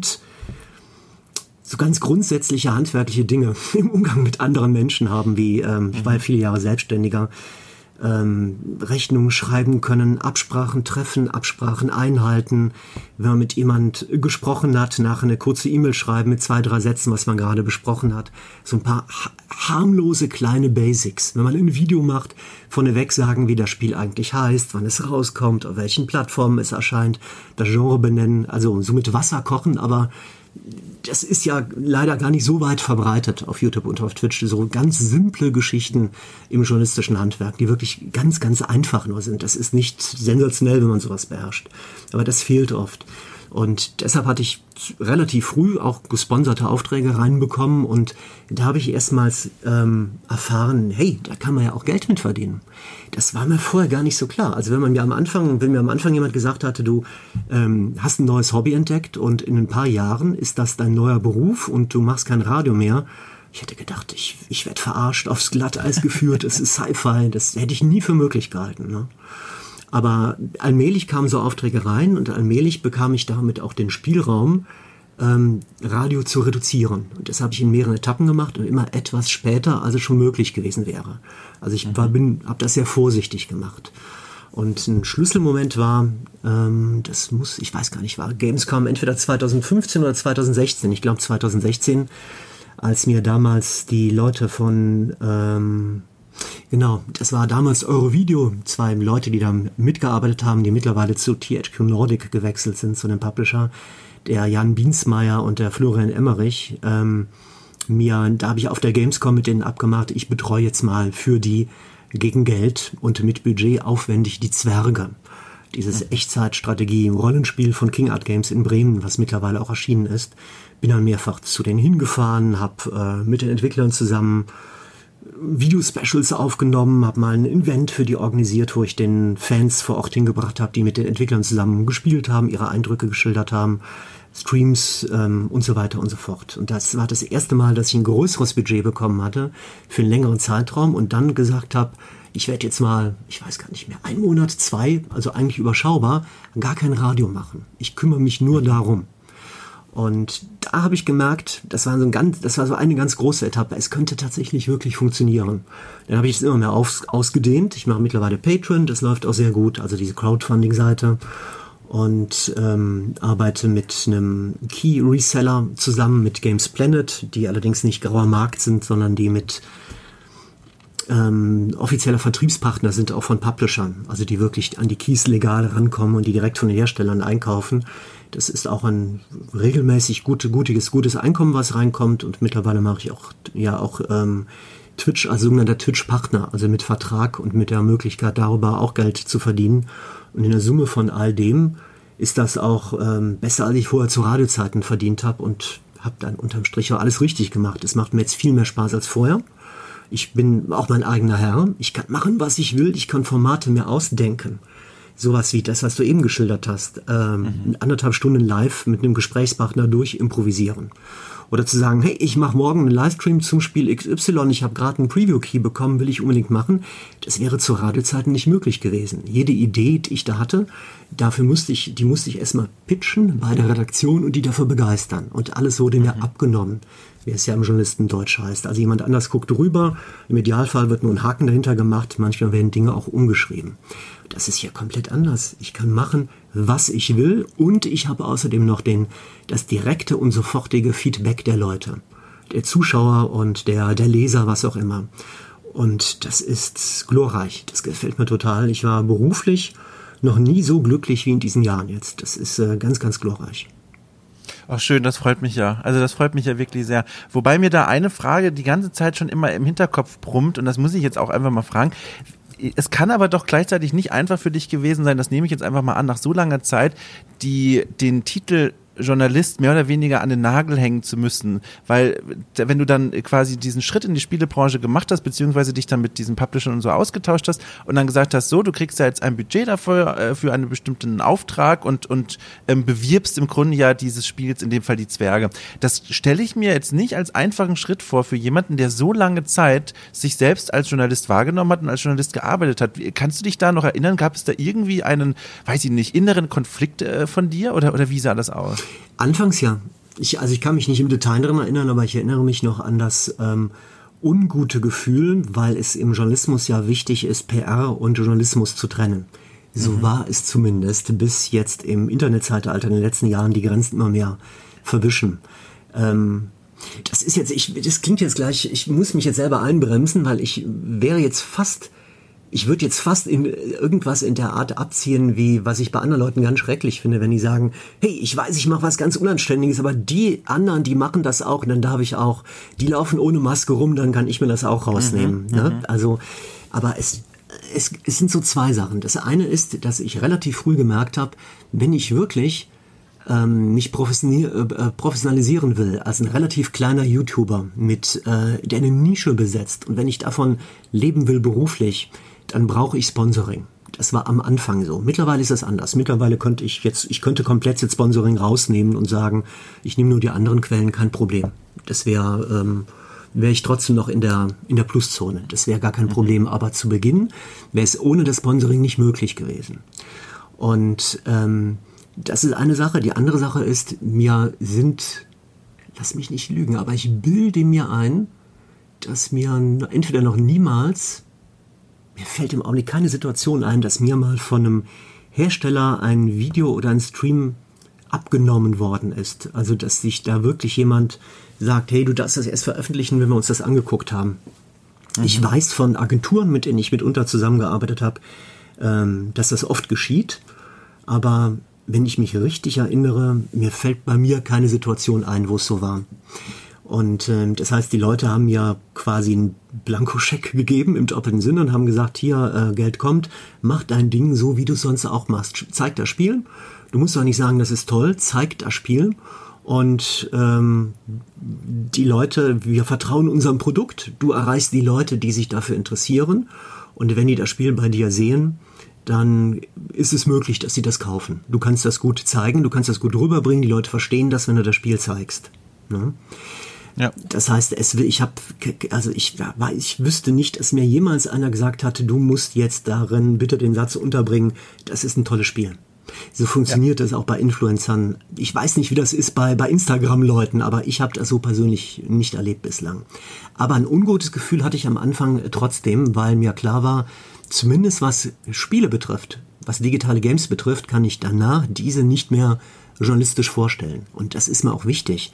ganz grundsätzliche handwerkliche Dinge im Umgang mit anderen Menschen haben, wie ich war ja viele Jahre Selbstständiger, Rechnungen schreiben können, Absprachen treffen, Absprachen einhalten, wenn man mit jemand gesprochen hat, nachher eine kurze E-Mail schreiben mit 2, 3 Sätzen, was man gerade besprochen hat. So ein paar harmlose kleine Basics. Wenn man ein Video macht, vorneweg sagen, wie das Spiel eigentlich heißt, wann es rauskommt, auf welchen Plattformen es erscheint, das Genre benennen, also so mit Wasser kochen, aber das ist ja leider gar nicht so weit verbreitet auf YouTube und auf Twitch. So ganz simple Geschichten im journalistischen Handwerk, die wirklich ganz, ganz einfach nur sind. Das ist nicht sensationell, wenn man sowas beherrscht. Aber das fehlt oft. Und deshalb hatte ich relativ früh auch gesponserte Aufträge reinbekommen und da habe ich erstmals erfahren, hey, da kann man ja auch Geld mit verdienen. Das war mir vorher gar nicht so klar. Also wenn mir am Anfang jemand gesagt hatte, du hast ein neues Hobby entdeckt und in ein paar Jahren ist das dein neuer Beruf und du machst kein Radio mehr, ich hätte gedacht, ich werde verarscht, aufs Glatteis geführt, es ist Sci-Fi, das hätte ich nie für möglich gehalten, ne? Aber allmählich kamen so Aufträge rein und allmählich bekam ich damit auch den Spielraum, Radio zu reduzieren. Und das habe ich in mehreren Etappen gemacht und immer etwas später, als es schon möglich gewesen wäre. Also ich habe das sehr vorsichtig gemacht. Und ein Schlüsselmoment war, ich weiß gar nicht, war Gamescom entweder 2015 oder 2016, ich glaube 2016, als mir damals die Leute von Genau, das war damals Eurovideo, 2 Leute, die da mitgearbeitet haben, die mittlerweile zu THQ Nordic gewechselt sind, zu dem Publisher, der Jan Biensmeier und der Florian Emmerich. Da habe ich auf der Gamescom mit denen abgemacht, ich betreue jetzt mal für die gegen Geld und mit Budget aufwendig die Zwerge. Dieses Echtzeitstrategie-Rollenspiel von King Art Games in Bremen, was mittlerweile auch erschienen ist. Bin dann mehrfach zu denen hingefahren, habe mit den Entwicklern zusammen Video-Specials aufgenommen, habe mal ein Event für die organisiert, wo ich den Fans vor Ort hingebracht habe, die mit den Entwicklern zusammen gespielt haben, ihre Eindrücke geschildert haben, Streams und so weiter und so fort. Und das war das erste Mal, dass ich ein größeres Budget bekommen hatte für einen längeren Zeitraum und dann gesagt habe, ich werde jetzt mal, ich weiß gar nicht mehr, 1 Monat, 2, also eigentlich überschaubar, gar kein Radio machen. Ich kümmere mich nur darum. Und da habe ich gemerkt, das war so eine ganz große Etappe. Es könnte tatsächlich wirklich funktionieren. Dann habe ich es immer mehr ausgedehnt. Ich mache mittlerweile Patreon, das läuft auch sehr gut, also diese Crowdfunding-Seite. Und arbeite mit einem Key-Reseller zusammen, mit Games Planet, die allerdings nicht grauer Markt sind, sondern die mit offizieller Vertriebspartner sind, auch von Publishern, also die wirklich an die Keys legal rankommen und die direkt von den Herstellern einkaufen. Das ist auch ein regelmäßig gutes Einkommen, was reinkommt, und mittlerweile mache ich auch Twitch als sogenannter Twitch-Partner, also mit Vertrag und mit der Möglichkeit, darüber auch Geld zu verdienen. Und in der Summe von all dem ist das auch besser, als ich vorher zu Radiozeiten verdient habe, und habe dann unterm Strich auch alles richtig gemacht. Es macht mir jetzt viel mehr Spaß als vorher. Ich bin auch mein eigener Herr. Ich kann machen, was ich will. Ich kann Formate mir ausdenken. Sowas wie das, was du eben geschildert hast. 1,5 Stunden live mit einem Gesprächspartner durchimprovisieren. Oder zu sagen, hey, ich mache morgen einen Livestream zum Spiel XY, ich habe gerade einen Preview-Key bekommen, will ich unbedingt machen. Das wäre zu Radiozeiten nicht möglich gewesen. Jede Idee, die ich da hatte, die musste ich erstmal pitchen bei der Redaktion und die dafür begeistern. Und alles wurde mir abgenommen, wie es ja im Journalistendeutsch heißt. Also jemand anders guckt rüber, im Idealfall wird nur ein Haken dahinter gemacht, manchmal werden Dinge auch umgeschrieben. Das ist hier komplett anders. Ich kann machen, was ich will, und ich habe außerdem noch das direkte und sofortige Feedback der Leute, der Zuschauer und der Leser, was auch immer. Und das ist glorreich. Das gefällt mir total. Ich war beruflich noch nie so glücklich wie in diesen Jahren jetzt. Das ist ganz, ganz glorreich. Ach schön, das freut mich ja. Also das freut mich ja wirklich sehr. Wobei mir da eine Frage die ganze Zeit schon immer im Hinterkopf brummt, und das muss ich jetzt auch einfach mal fragen. Es kann aber doch gleichzeitig nicht einfach für dich gewesen sein, das nehme ich jetzt einfach mal an, nach so langer Zeit, den Titel Journalist mehr oder weniger an den Nagel hängen zu müssen, weil wenn du dann quasi diesen Schritt in die Spielebranche gemacht hast, beziehungsweise dich dann mit diesen Publishern und so ausgetauscht hast und dann gesagt hast, so, du kriegst ja jetzt ein Budget dafür, für einen bestimmten Auftrag und bewirbst im Grunde ja dieses Spiel, jetzt in dem Fall die Zwerge. Das stelle ich mir jetzt nicht als einfachen Schritt vor für jemanden, der so lange Zeit sich selbst als Journalist wahrgenommen hat und als Journalist gearbeitet hat. Kannst du dich da noch erinnern? Gab es da irgendwie einen, weiß ich nicht, inneren Konflikt von dir oder wie sah das aus? Anfangs ja. Ich kann mich nicht im Detail daran erinnern, aber ich erinnere mich noch an das ungute Gefühl, weil es im Journalismus ja wichtig ist, PR und Journalismus zu trennen. So war es zumindest, bis jetzt im Internetzeitalter in den letzten Jahren die Grenzen immer mehr verwischen. Das klingt jetzt gleich, ich muss mich jetzt selber einbremsen, weil ich würde jetzt fast in irgendwas in der Art abziehen, wie was ich bei anderen Leuten ganz schrecklich finde, wenn die sagen, hey, ich weiß, ich mache was ganz Unanständiges, aber die anderen, die machen das auch, und dann darf ich auch, die laufen ohne Maske rum, dann kann ich mir das auch rausnehmen. Ne? Also, aber es sind so 2 Sachen. Das eine ist, dass ich relativ früh gemerkt habe, wenn ich wirklich mich professionalisieren will, als ein relativ kleiner YouTuber, der eine Nische besetzt, und wenn ich davon leben will beruflich, dann brauche ich Sponsoring. Das war am Anfang so. Mittlerweile ist das anders. Mittlerweile könnte ich komplett jetzt Sponsoring rausnehmen und sagen, ich nehme nur die anderen Quellen, kein Problem. Das wäre ich trotzdem noch in der Pluszone. Das wäre gar kein Problem. Aber zu Beginn wäre es ohne das Sponsoring nicht möglich gewesen. Und das ist eine Sache. Die andere Sache ist, lass mich nicht lügen, aber ich bilde mir ein, dass mir entweder noch niemals, mir fällt im Augenblick keine Situation ein, dass mir mal von einem Hersteller ein Video oder ein Stream abgenommen worden ist. Also, dass sich da wirklich jemand sagt, hey, du darfst das erst veröffentlichen, wenn wir uns das angeguckt haben. Ich weiß von Agenturen, mit denen ich mitunter zusammengearbeitet habe, dass das oft geschieht. Aber wenn ich mich richtig erinnere, mir fällt bei mir keine Situation ein, wo es so war. Und das heißt, die Leute haben ja quasi einen Blankoscheck gegeben im doppelten Sinne und haben gesagt, hier, Geld kommt, mach dein Ding so, wie du es sonst auch machst. Zeig das Spiel. Du musst doch nicht sagen, das ist toll, zeig das Spiel. Und die Leute, wir vertrauen unserem Produkt. Du erreichst die Leute, die sich dafür interessieren. Und wenn die das Spiel bei dir sehen, dann ist es möglich, dass sie das kaufen. Du kannst das gut zeigen, du kannst das gut rüberbringen. Die Leute verstehen das, wenn du das Spiel zeigst. Ne? Ja. Das heißt, ich wüsste nicht, dass mir jemals einer gesagt hatte, du musst jetzt darin bitte den Satz unterbringen, das ist ein tolles Spiel. So funktioniert das auch bei Influencern. Ich weiß nicht, wie das ist bei Instagram-Leuten, aber ich habe das so persönlich nicht erlebt bislang. Aber ein ungutes Gefühl hatte ich am Anfang trotzdem, weil mir klar war, zumindest was Spiele betrifft, was digitale Games betrifft, kann ich danach diese nicht mehr journalistisch vorstellen. Und das ist mir auch wichtig.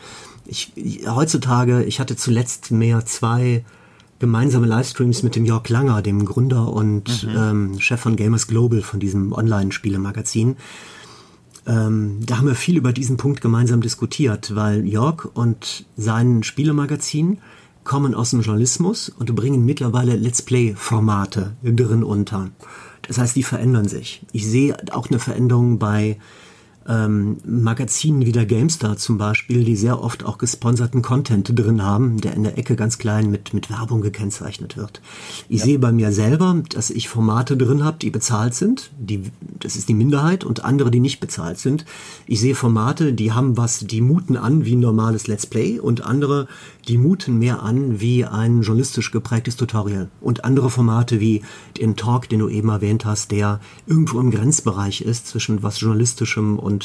Heutzutage, ich hatte zuletzt 2 gemeinsame Livestreams mit dem Jörg Langer, dem Gründer und Chef von Gamers Global, von diesem Online-Spiele-Magazin. Da haben wir viel über diesen Punkt gemeinsam diskutiert, weil Jörg und sein Spielemagazin kommen aus dem Journalismus und bringen mittlerweile Let's Play-Formate drin unter. Das heißt, die verändern sich. Ich sehe auch eine Veränderung bei Magazinen wie der GameStar zum Beispiel, die sehr oft auch gesponserten Content drin haben, der in der Ecke ganz klein mit Werbung gekennzeichnet wird. Ich sehe bei mir selber, dass ich Formate drin habe, die bezahlt sind, das ist die Minderheit, und andere, die nicht bezahlt sind. Ich sehe Formate, die muten an wie ein normales Let's Play, und andere, die muten mehr an wie ein journalistisch geprägtes Tutorial. Und andere Formate wie den Talk, den du eben erwähnt hast, der irgendwo im Grenzbereich ist zwischen was Journalistischem und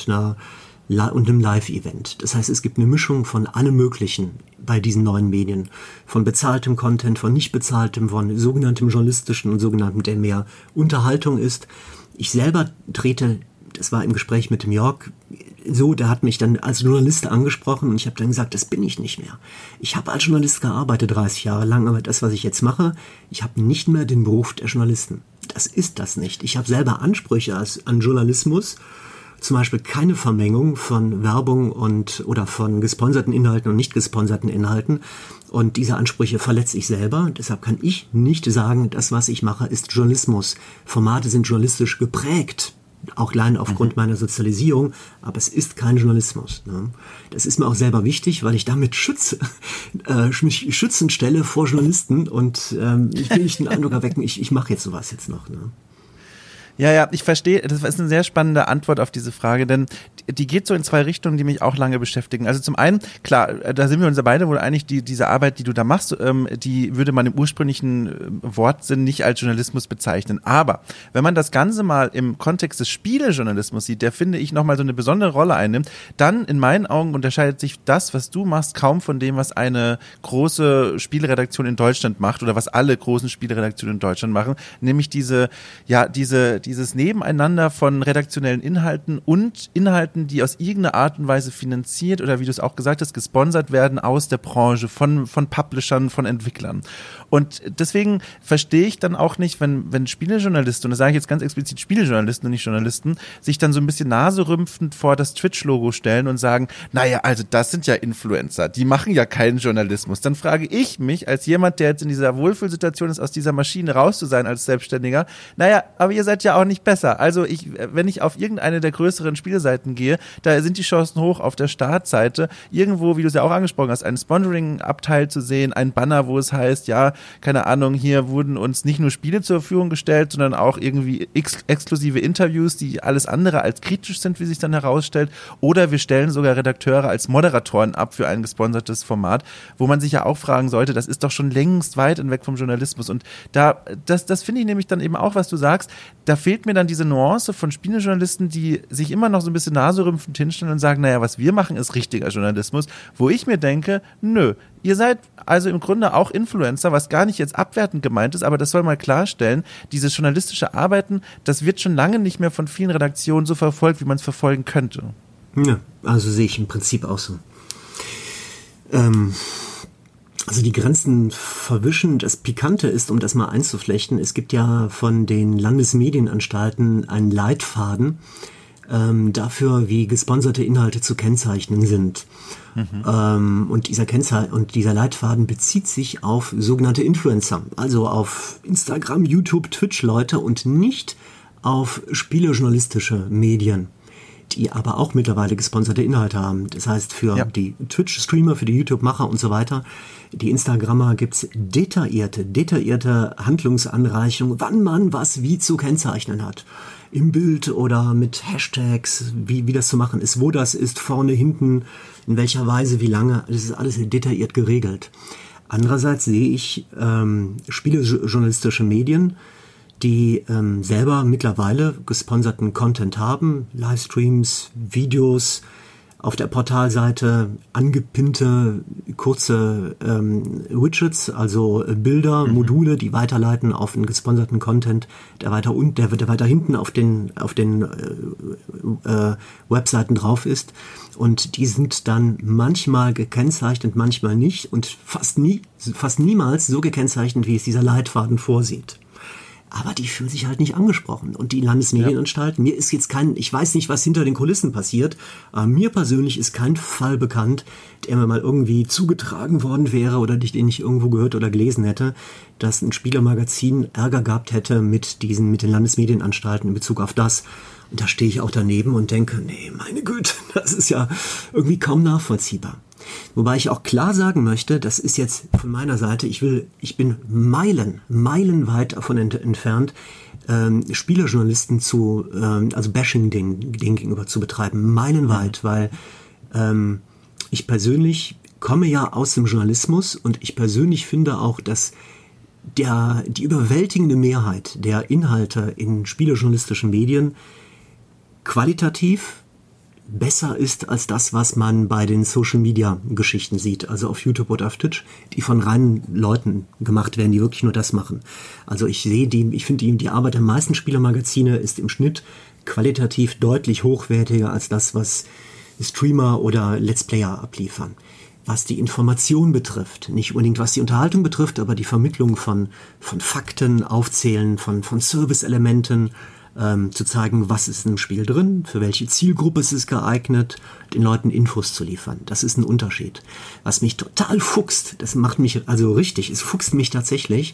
einem Live-Event. Das heißt, es gibt eine Mischung von allem Möglichen bei diesen neuen Medien. Von bezahltem Content, von nicht bezahltem, von sogenanntem journalistischen und sogenanntem, der mehr Unterhaltung ist. Ich selber trete, das war im Gespräch mit dem Jörg, so, der hat mich dann als Journalist angesprochen und ich habe dann gesagt, das bin ich nicht mehr. Ich habe als Journalist gearbeitet 30 Jahre lang, aber das, was ich jetzt mache, ich habe nicht mehr den Beruf der Journalisten. Das ist das nicht. Ich habe selber Ansprüche an Journalismus, zum Beispiel keine Vermengung von Werbung oder von gesponserten Inhalten und nicht gesponserten Inhalten. Und diese Ansprüche verletze ich selber. Deshalb kann ich nicht sagen, das, was ich mache, ist Journalismus. Formate sind journalistisch geprägt, auch allein aufgrund meiner Sozialisierung, aber es ist kein Journalismus. Ne? Das ist mir auch selber wichtig, weil ich damit mich schützend stelle vor Journalisten und ich will nicht den Eindruck erwecken, ich mache jetzt sowas jetzt noch. Ne? Ja, ich verstehe, das ist eine sehr spannende Antwort auf diese Frage, denn die geht so in 2 Richtungen, die mich auch lange beschäftigen. Also zum einen, klar, da sind wir uns ja beide wohl einig, diese Arbeit, die du da machst, die würde man im ursprünglichen Wortsinn nicht als Journalismus bezeichnen. Aber wenn man das Ganze mal im Kontext des Spielejournalismus sieht, der, finde ich, nochmal so eine besondere Rolle einnimmt, dann in meinen Augen unterscheidet sich das, was du machst, kaum von dem, was eine große Spieleredaktion in Deutschland macht oder was alle großen Spieleredaktionen in Deutschland machen, nämlich dieses Nebeneinander von redaktionellen Inhalten und Inhalten, die aus irgendeiner Art und Weise finanziert oder, wie du es auch gesagt hast, gesponsert werden aus der Branche, von Publishern, von Entwicklern. Und deswegen verstehe ich dann auch nicht, wenn Spielejournalisten, und das sage ich jetzt ganz explizit Spielejournalisten und nicht Journalisten, sich dann so ein bisschen naserümpfend vor das Twitch-Logo stellen und sagen, naja, also das sind ja Influencer, die machen ja keinen Journalismus. Dann frage ich mich, als jemand, der jetzt in dieser Wohlfühlsituation ist, aus dieser Maschine raus zu sein als Selbstständiger, naja, aber ihr seid ja auch nicht besser. Also wenn ich auf irgendeine der größeren Spielseiten gehe, da sind die Chancen hoch, auf der Startseite irgendwo, wie du es ja auch angesprochen hast, einen Sponsoring-Abteil zu sehen, ein Banner, wo es heißt, ja, keine Ahnung, hier wurden uns nicht nur Spiele zur Verfügung gestellt, sondern auch irgendwie exklusive Interviews, die alles andere als kritisch sind, wie sich dann herausstellt. Oder wir stellen sogar Redakteure als Moderatoren ab für ein gesponsertes Format, wo man sich ja auch fragen sollte, das ist doch schon längst weit hinweg vom Journalismus. Und das finde ich nämlich dann eben auch, was du sagst, da fehlt mir dann diese Nuance von Spielejournalisten, die sich immer noch so ein bisschen naserümpfend hinstellen und sagen, naja, was wir machen, ist richtiger Journalismus, wo ich mir denke, nö, ihr seid also im Grunde auch Influencer, was gar nicht jetzt abwertend gemeint ist, aber das soll mal klarstellen, dieses journalistische Arbeiten, das wird schon lange nicht mehr von vielen Redaktionen so verfolgt, wie man es verfolgen könnte. Ja, also sehe ich im Prinzip auch so. Also die Grenzen verwischen. Das Pikante ist, um das mal einzuflechten, es gibt ja von den Landesmedienanstalten einen Leitfaden dafür, wie gesponserte Inhalte zu kennzeichnen sind. Und dieser Leitfaden bezieht sich auf sogenannte Influencer, also auf Instagram, YouTube, Twitch-Leute und nicht auf spielejournalistische Medien, die aber auch mittlerweile gesponserte Inhalte haben. Das heißt, für die Twitch-Streamer, für die YouTube-Macher und so weiter, die Instagrammer gibt's detaillierte Handlungsanreichungen, wann man was wie zu kennzeichnen hat. Im Bild oder mit Hashtags, wie das zu machen ist, wo das ist, vorne, hinten, in welcher Weise, wie lange. Das ist alles detailliert geregelt. Andererseits sehe ich spielejournalistische Medien, die selber mittlerweile gesponserten Content haben, Livestreams, Videos, auf der Portalseite angepinnte kurze Widgets, also Bilder, Module, die weiterleiten auf einen gesponserten Content, der weiter hinten auf den Webseiten drauf ist. Und die sind dann manchmal gekennzeichnet, manchmal nicht und fast niemals so gekennzeichnet, wie es dieser Leitfaden vorsieht. Aber die fühlen sich halt nicht angesprochen. Und die Landesmedienanstalten, mir ist jetzt ich weiß nicht, was hinter den Kulissen passiert, aber mir persönlich ist kein Fall bekannt, der mir mal irgendwie zugetragen worden wäre oder den ich irgendwo gehört oder gelesen hätte, dass ein Spielermagazin Ärger gehabt hätte mit den Landesmedienanstalten in Bezug auf das. Und da stehe ich auch daneben und denke, nee, meine Güte, das ist ja irgendwie kaum nachvollziehbar. Wobei ich auch klar sagen möchte, das ist jetzt von meiner Seite, ich bin meilenweit davon entfernt, Spielerjournalisten also Bashing denen gegenüber zu betreiben, meilenweit, weil ich persönlich komme ja aus dem Journalismus und ich persönlich finde auch, dass die überwältigende Mehrheit der Inhalte in spielerjournalistischen Medien qualitativ besser ist als das, was man bei den Social-Media-Geschichten sieht, also auf YouTube oder auf Twitch, die von reinen Leuten gemacht werden, die wirklich nur das machen. Also ich finde die Arbeit der meisten Spielermagazine ist im Schnitt qualitativ deutlich hochwertiger als das, was Streamer oder Let's Player abliefern. Was die Information betrifft, nicht unbedingt was die Unterhaltung betrifft, aber die Vermittlung von Fakten, Aufzählen von Service-Elementen, zu zeigen, was ist im Spiel drin, für welche Zielgruppe ist es geeignet, den Leuten Infos zu liefern. Das ist ein Unterschied. Was mich total fuchst, es fuchst mich tatsächlich,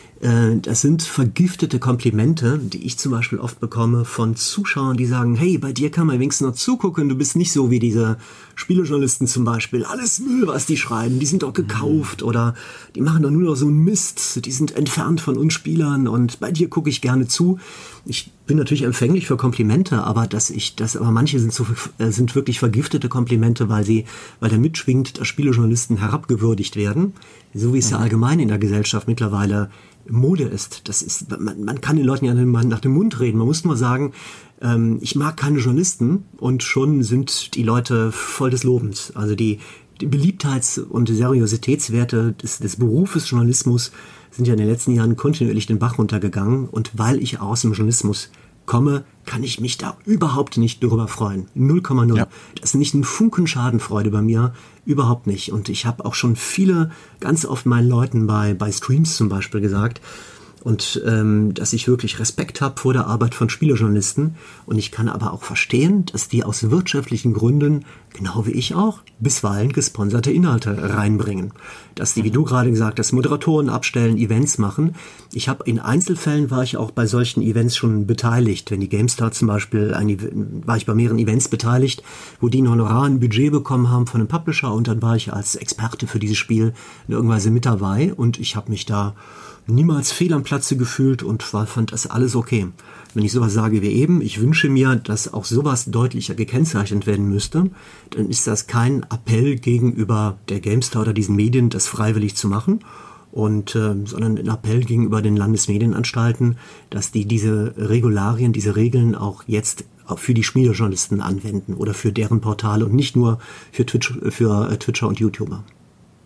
das sind vergiftete Komplimente, die ich zum Beispiel oft bekomme von Zuschauern, die sagen, hey, bei dir kann man wenigstens noch zugucken, du bist nicht so wie diese Spielejournalisten zum Beispiel. Alles Müll, was die schreiben, die sind doch gekauft oder die machen doch nur noch so einen Mist, die sind entfernt von uns Spielern und bei dir gucke ich gerne zu. Ich bin natürlich empfänglich für Komplimente, aber manche sind wirklich vergiftete Komplimente, weil da mitschwingt, dass Spielejournalisten herabgewürdigt werden, so wie es ja allgemein in der Gesellschaft mittlerweile Mode ist. Man kann den Leuten ja nach dem Mund reden. Man muss nur sagen, ich mag keine Journalisten und schon sind die Leute voll des Lobens. Also die Beliebtheits- und Seriositätswerte des Berufes Journalismus sind ja in den letzten Jahren kontinuierlich den Bach runtergegangen und weil ich aus dem Journalismus komme, kann ich mich da überhaupt nicht darüber freuen. 0,0. Ja. Das ist nicht ein Funken Schadenfreude bei mir, überhaupt nicht. Und ich habe auch schon ganz oft meinen Leuten bei Streams zum Beispiel gesagt, und dass ich wirklich Respekt habe vor der Arbeit von Spielejournalisten. Und ich kann aber auch verstehen, dass die aus wirtschaftlichen Gründen, genau wie ich auch, bisweilen gesponserte Inhalte reinbringen. Dass die, wie du gerade gesagt hast, Moderatoren abstellen, Events machen. In Einzelfällen war ich auch bei solchen Events schon beteiligt. Wenn die GameStar zum Beispiel, war ich bei mehreren Events beteiligt, wo die ein Honorar, ein Budget bekommen haben von einem Publisher und dann war ich als Experte für dieses Spiel in irgendeiner Weise mit dabei und ich habe mich da niemals fehl am Platze gefühlt und fand das alles okay. Wenn ich sowas sage wie eben, ich wünsche mir, dass auch sowas deutlicher gekennzeichnet werden müsste, dann ist das kein Appell gegenüber der GameStar oder diesen Medien, das freiwillig zu machen, sondern ein Appell gegenüber den Landesmedienanstalten, dass die diese Regularien, diese Regeln auch jetzt für die Spielejournalisten anwenden oder für deren Portale und nicht nur für Twitcher und YouTuber.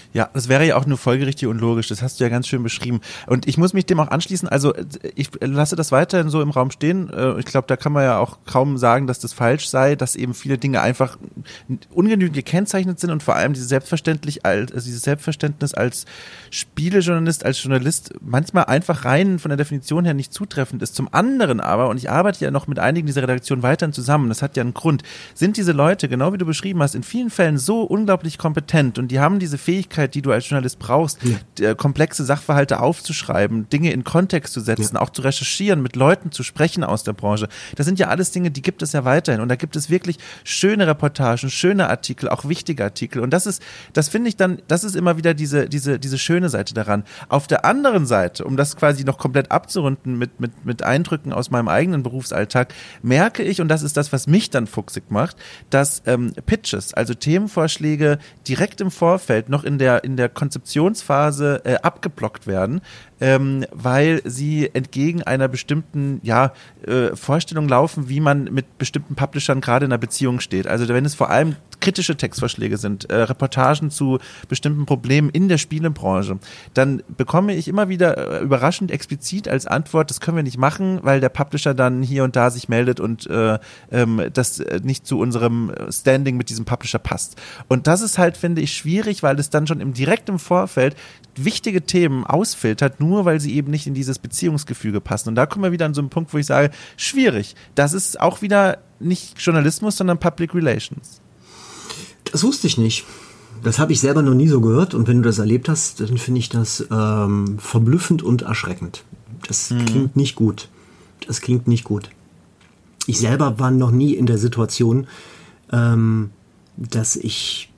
Ja, das wäre ja auch nur folgerichtig und logisch. Das hast du ja ganz schön beschrieben. Und ich muss mich dem auch anschließen. Also ich lasse das weiterhin so im Raum stehen. Ich glaube, da kann man ja auch kaum sagen, dass das falsch sei, dass eben viele Dinge einfach ungenügend gekennzeichnet sind und vor allem dieses Selbstverständnis als Spielejournalist, als Journalist manchmal einfach rein von der Definition her nicht zutreffend ist. Zum anderen aber, und ich arbeite ja noch mit einigen dieser Redaktionen weiterhin zusammen, das hat ja einen Grund, sind diese Leute, genau wie du beschrieben hast, in vielen Fällen so unglaublich kompetent und die haben diese Fähigkeit, die du als Journalist brauchst, komplexe Sachverhalte aufzuschreiben, Dinge in Kontext zu setzen, auch zu recherchieren, mit Leuten zu sprechen aus der Branche. Das sind ja alles Dinge, die gibt es ja weiterhin. Und da gibt es wirklich schöne Reportagen, schöne Artikel, auch wichtige Artikel. Und das finde ich dann, das ist immer wieder diese schöne Seite daran. Auf der anderen Seite, um das quasi noch komplett abzurunden mit Eindrücken aus meinem eigenen Berufsalltag, merke ich, und das ist das, was mich dann fuchsig macht, dass Pitches, also Themenvorschläge direkt im Vorfeld noch in der Konzeptionsphase abgeblockt werden, weil sie entgegen einer bestimmten Vorstellung laufen, wie man mit bestimmten Publishern gerade in einer Beziehung steht. Also wenn es vor allem kritische Textvorschläge sind, Reportagen zu bestimmten Problemen in der Spielebranche, dann bekomme ich immer wieder überraschend explizit als Antwort, das können wir nicht machen, weil der Publisher dann hier und da sich meldet und das nicht zu unserem Standing mit diesem Publisher passt. Und das ist halt, finde ich, schwierig, weil es dann schon direkt im Vorfeld wichtige Themen ausfiltert, nur weil sie eben nicht in dieses Beziehungsgefüge passen. Und da kommen wir wieder an so einen Punkt, wo ich sage, schwierig. Das ist auch wieder nicht Journalismus, sondern Public Relations. Das wusste ich nicht. Das habe ich selber noch nie so gehört. Und wenn du das erlebt hast, dann finde ich das verblüffend und erschreckend. Das klingt nicht gut. Das klingt nicht gut. Ich selber war noch nie in der Situation, dass ich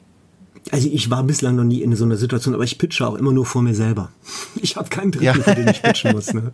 war bislang noch nie in so einer Situation, aber ich pitche auch immer nur vor mir selber. Ich habe keinen Dritten, für den ich pitchen muss. Ne?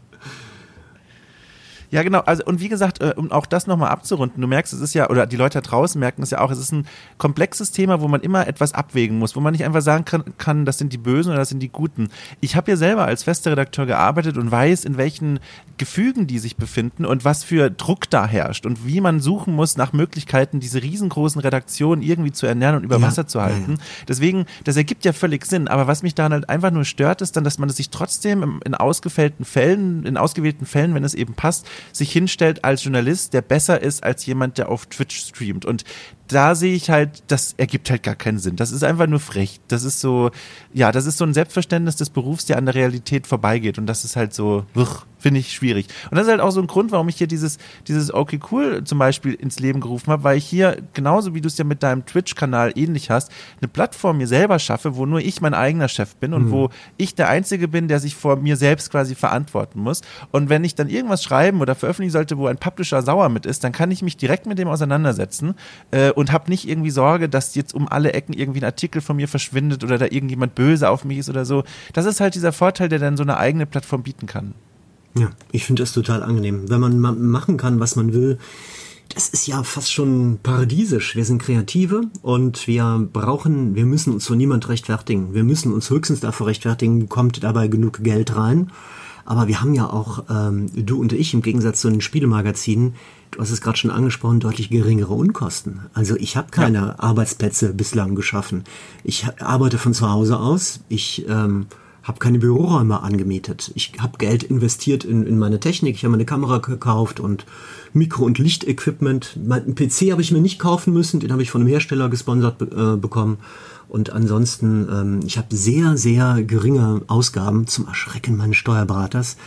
Ja, genau. Also, und wie gesagt, um auch das nochmal abzurunden, du merkst, es ist ja, oder die Leute da draußen merken es ja auch, es ist ein komplexes Thema, wo man immer etwas abwägen muss, wo man nicht einfach sagen kann, das sind die Bösen oder das sind die Guten. Ich habe ja selber als fester Redakteur gearbeitet und weiß, in welchen Gefügen die sich befinden und was für Druck da herrscht und wie man suchen muss nach Möglichkeiten, diese riesengroßen Redaktionen irgendwie zu ernähren und über Wasser zu halten. Ja. Deswegen, das ergibt ja völlig Sinn, aber was mich daran halt einfach nur stört, ist dann, dass man es sich trotzdem in ausgewählten Fällen, wenn es eben passt, sich hinstellt als Journalist, der besser ist als jemand, der auf Twitch streamt. Und da sehe ich halt, das ergibt halt gar keinen Sinn. Das ist einfach nur frech. Das ist so ein Selbstverständnis des Berufs, der an der Realität vorbeigeht. Und das ist halt so, finde ich schwierig. Und das ist halt auch so ein Grund, warum ich hier dieses Okay Cool zum Beispiel ins Leben gerufen habe, weil ich hier, genauso wie du es ja mit deinem Twitch-Kanal ähnlich hast, eine Plattform mir selber schaffe, wo nur ich mein eigener Chef bin und wo ich der Einzige bin, der sich vor mir selbst quasi verantworten muss. Und wenn ich dann irgendwas schreiben oder veröffentlichen sollte, wo ein Publisher sauer mit ist, dann kann ich mich direkt mit dem auseinandersetzen und habe nicht irgendwie Sorge, dass jetzt um alle Ecken irgendwie ein Artikel von mir verschwindet oder da irgendjemand böse auf mich ist oder so. Das ist halt dieser Vorteil, der dann so eine eigene Plattform bieten kann. Ja, ich finde das total angenehm. Wenn man machen kann, was man will, das ist ja fast schon paradiesisch. Wir sind Kreative und wir müssen uns vor niemand rechtfertigen. Wir müssen uns höchstens dafür rechtfertigen, kommt dabei genug Geld rein. Aber wir haben ja auch, du und ich, im Gegensatz zu den Spielemagazinen, du hast es gerade schon angesprochen, deutlich geringere Unkosten. Also ich habe keine Arbeitsplätze bislang geschaffen. Ich arbeite von zu Hause aus. Ich habe keine Büroräume angemietet. Ich habe Geld investiert in meine Technik. Ich habe eine Kamera gekauft und Mikro- und Lichtequipment. Einen PC habe ich mir nicht kaufen müssen. Den habe ich von einem Hersteller gesponsert bekommen. Und ansonsten, ich habe sehr, sehr geringe Ausgaben zum Erschrecken meines Steuerberaters.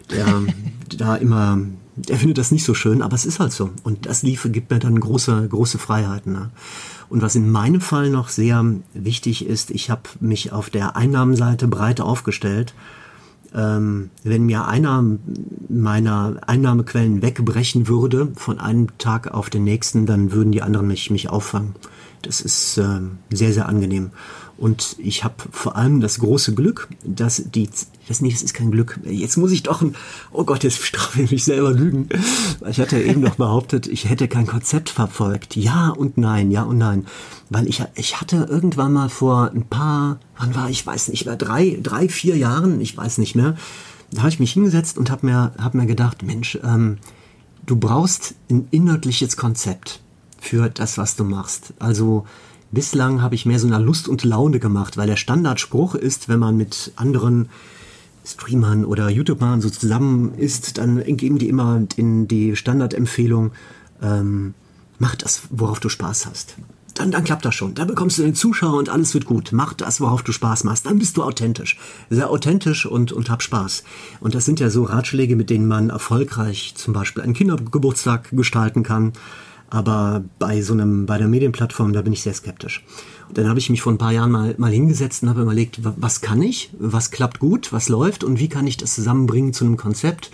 Der findet das nicht so schön, aber es ist halt so. Und das gibt mir dann große, große Freiheiten. Ne? Und was in meinem Fall noch sehr wichtig ist, ich habe mich auf der Einnahmenseite breit aufgestellt. Wenn mir einer meiner Einnahmequellen wegbrechen würde, von einem Tag auf den nächsten, dann würden die anderen mich auffangen. Das ist sehr, sehr angenehm. Und ich habe vor allem das große Glück, das ist kein Glück. Jetzt muss ich doch jetzt strafe ich mich selber lügen. Ich hatte eben noch behauptet, ich hätte kein Konzept verfolgt. Ja und nein. Weil ich hatte irgendwann mal vor ich weiß nicht mehr, 3-4 Jahren, ich weiß nicht mehr, da habe ich mich hingesetzt und hab mir gedacht, Mensch, du brauchst ein inhaltliches Konzept für das, was du machst. Also Bislang habe ich mehr so nach Lust und Laune gemacht, weil der Standardspruch ist, wenn man mit anderen Streamern oder YouTubern so zusammen ist, dann geben die immer in die Standardempfehlung, mach das, worauf du Spaß hast. Dann klappt das schon. Dann bekommst du den Zuschauer und alles wird gut. Mach das, worauf du Spaß machst. Dann bist du authentisch. Sehr authentisch und hab Spaß. Und das sind ja so Ratschläge, mit denen man erfolgreich zum Beispiel einen Kindergeburtstag gestalten kann. Aber bei der Medienplattform, da bin ich sehr skeptisch. Und dann habe ich mich vor ein paar Jahren mal hingesetzt und habe überlegt, was kann ich, was klappt gut, was läuft und wie kann ich das zusammenbringen zu einem Konzept,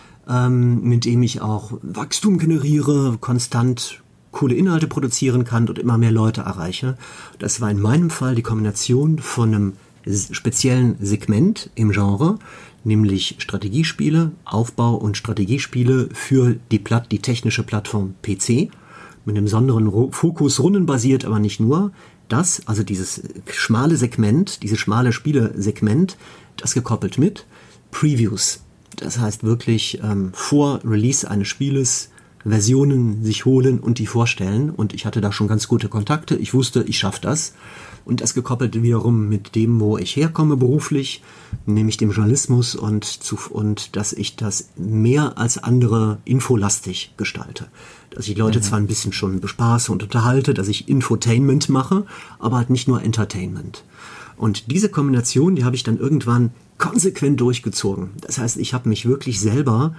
mit dem ich auch Wachstum generiere, konstant coole Inhalte produzieren kann und immer mehr Leute erreiche. Das war in meinem Fall die Kombination von einem speziellen Segment im Genre, nämlich Strategiespiele, Aufbau- und Strategiespiele für die technische Plattform PC, mit einem besonderen Fokus rundenbasiert, aber nicht nur. Das, also dieses schmale Segment, dieses schmale Spielesegment, das gekoppelt mit Previews. Das heißt wirklich vor Release eines Spieles Versionen sich holen und die vorstellen. Und ich hatte da schon ganz gute Kontakte. Ich wusste, ich schaffe das. Und das gekoppelt wiederum mit dem, wo ich herkomme beruflich, nämlich dem Journalismus und dass ich das mehr als andere infolastig gestalte. Dass ich Leute zwar ein bisschen schon bespaße und unterhalte, dass ich Infotainment mache, aber halt nicht nur Entertainment. Und diese Kombination, die habe ich dann irgendwann konsequent durchgezogen. Das heißt, ich habe mich wirklich selber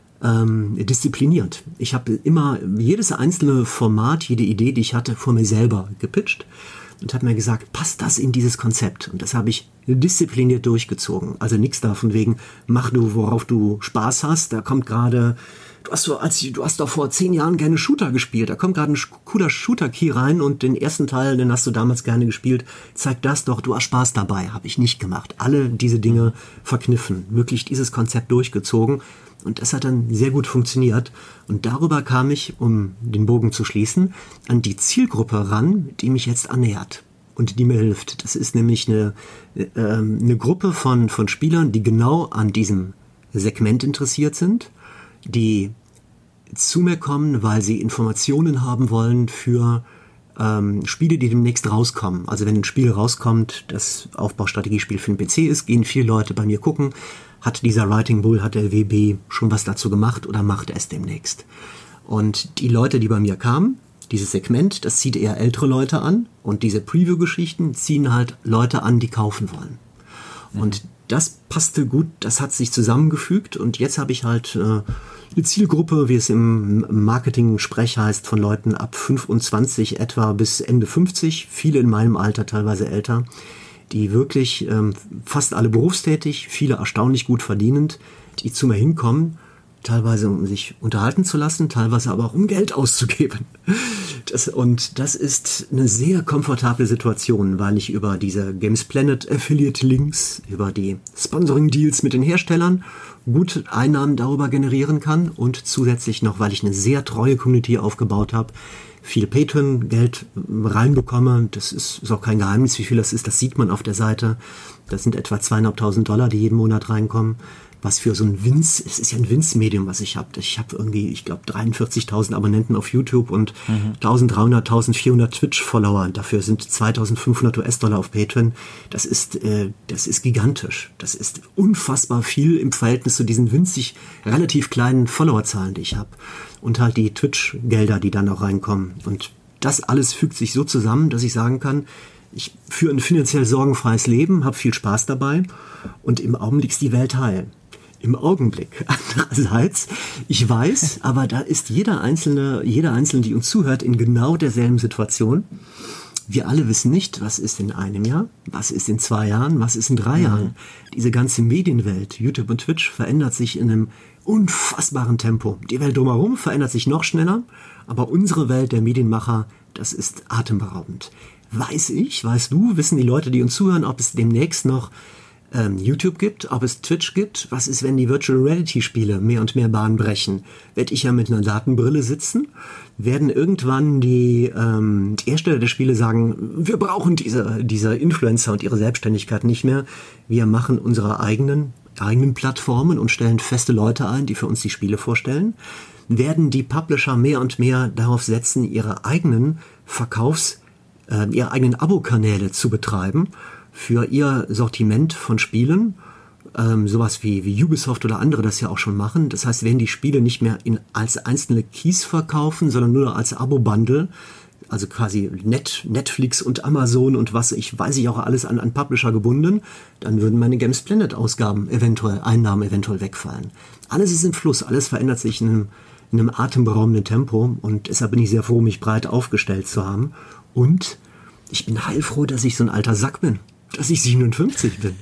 diszipliniert. Ich habe immer jedes einzelne Format, jede Idee, die ich hatte, vor mir selber gepitcht und habe mir gesagt, passt das in dieses Konzept? Und das habe ich diszipliniert durchgezogen. Also nichts davon wegen, mach du, worauf du Spaß hast. Da kommt gerade, du hast doch vor 10 Jahren gerne Shooter gespielt. Da kommt gerade ein cooler Shooter-Key rein und den ersten Teil, den hast du damals gerne gespielt. Zeig das doch, du hast Spaß dabei. Habe ich nicht gemacht. Alle diese Dinge verkniffen. Wirklich dieses Konzept durchgezogen. Und das hat dann sehr gut funktioniert. Und darüber kam ich, um den Bogen zu schließen, an die Zielgruppe ran, die mich jetzt annähert und die mir hilft. Das ist nämlich eine Gruppe von Spielern, die genau an diesem Segment interessiert sind, die zu mir kommen, weil sie Informationen haben wollen für Spiele, die demnächst rauskommen. Also wenn ein Spiel rauskommt, das Aufbaustrategiespiel für den PC ist, gehen viele Leute bei mir gucken, hat dieser Writing Bull, hat der WB schon was dazu gemacht oder macht er es demnächst? Und die Leute, die bei mir kamen, dieses Segment, das zieht eher ältere Leute an und diese Preview-Geschichten ziehen halt Leute an, die kaufen wollen. Und das passte gut, das hat sich zusammengefügt und jetzt habe ich halt eine Zielgruppe, wie es im Marketing-Sprech heißt, von Leuten ab 25 etwa bis Ende 50, viele in meinem Alter, teilweise älter, die wirklich fast alle berufstätig, viele erstaunlich gut verdienend, die zu mir hinkommen, teilweise um sich unterhalten zu lassen, teilweise aber auch um Geld auszugeben. Das ist eine sehr komfortable Situation, weil ich über diese Games Planet Affiliate Links, über die Sponsoring Deals mit den Herstellern gut Einnahmen darüber generieren kann und zusätzlich noch, weil ich eine sehr treue Community aufgebaut habe, viel Patreon-Geld reinbekomme. Das ist auch kein Geheimnis, wie viel das ist. Das sieht man auf der Seite. Das sind etwa $2.500, die jeden Monat reinkommen. Was für so es ist ja ein Winz-Medium, was ich habe. Ich habe irgendwie, ich glaube, 43.000 Abonnenten auf YouTube und 1.300, 1.400 Twitch-Follower. Dafür sind $2.500 auf Patreon. Das ist gigantisch. Das ist unfassbar viel im Verhältnis zu diesen winzig relativ kleinen Followerzahlen, die ich habe. Und halt die Twitch-Gelder, die dann auch reinkommen. Und das alles fügt sich so zusammen, dass ich sagen kann, ich führe ein finanziell sorgenfreies Leben, habe viel Spaß dabei und im Augenblick ist die Welt heil. Im Augenblick. Andererseits, ich weiß, aber da ist jeder Einzelne, die uns zuhört, in genau derselben Situation. Wir alle wissen nicht, was ist in einem Jahr, was ist in 2 Jahren, was ist in 3 Jahren. Diese ganze Medienwelt, YouTube und Twitch, verändert sich in einem unfassbaren Tempo. Die Welt drumherum verändert sich noch schneller, aber unsere Welt der Medienmacher, das ist atemberaubend. Weißt du, wissen die Leute, die uns zuhören, ob es demnächst noch YouTube gibt, ob es Twitch gibt? Was ist, wenn die Virtual Reality Spiele mehr und mehr Bahn brechen? Werde ich ja mit einer Datenbrille sitzen? Werden irgendwann die Hersteller der Spiele sagen, wir brauchen diese Influencer und ihre Selbstständigkeit nicht mehr. Wir machen unsere eigenen Plattformen und stellen feste Leute ein, die für uns die Spiele vorstellen? Werden die Publisher mehr und mehr darauf setzen, ihre eigenen ihre eigenen Abokanäle zu betreiben für ihr Sortiment von Spielen. Sowas wie Ubisoft oder andere das ja auch schon machen. Das heißt, werden die Spiele nicht mehr als einzelne Keys verkaufen, sondern nur als Abo-Bundle. Also quasi Netflix und Amazon und weiß ich auch alles an Publisher gebunden, dann würden meine Games Planet Einnahmen eventuell wegfallen. Alles ist im Fluss, alles verändert sich in einem atemberaubenden Tempo und deshalb bin ich sehr froh, mich breit aufgestellt zu haben. Und ich bin heilfroh, dass ich so ein alter Sack bin, dass ich 57 bin.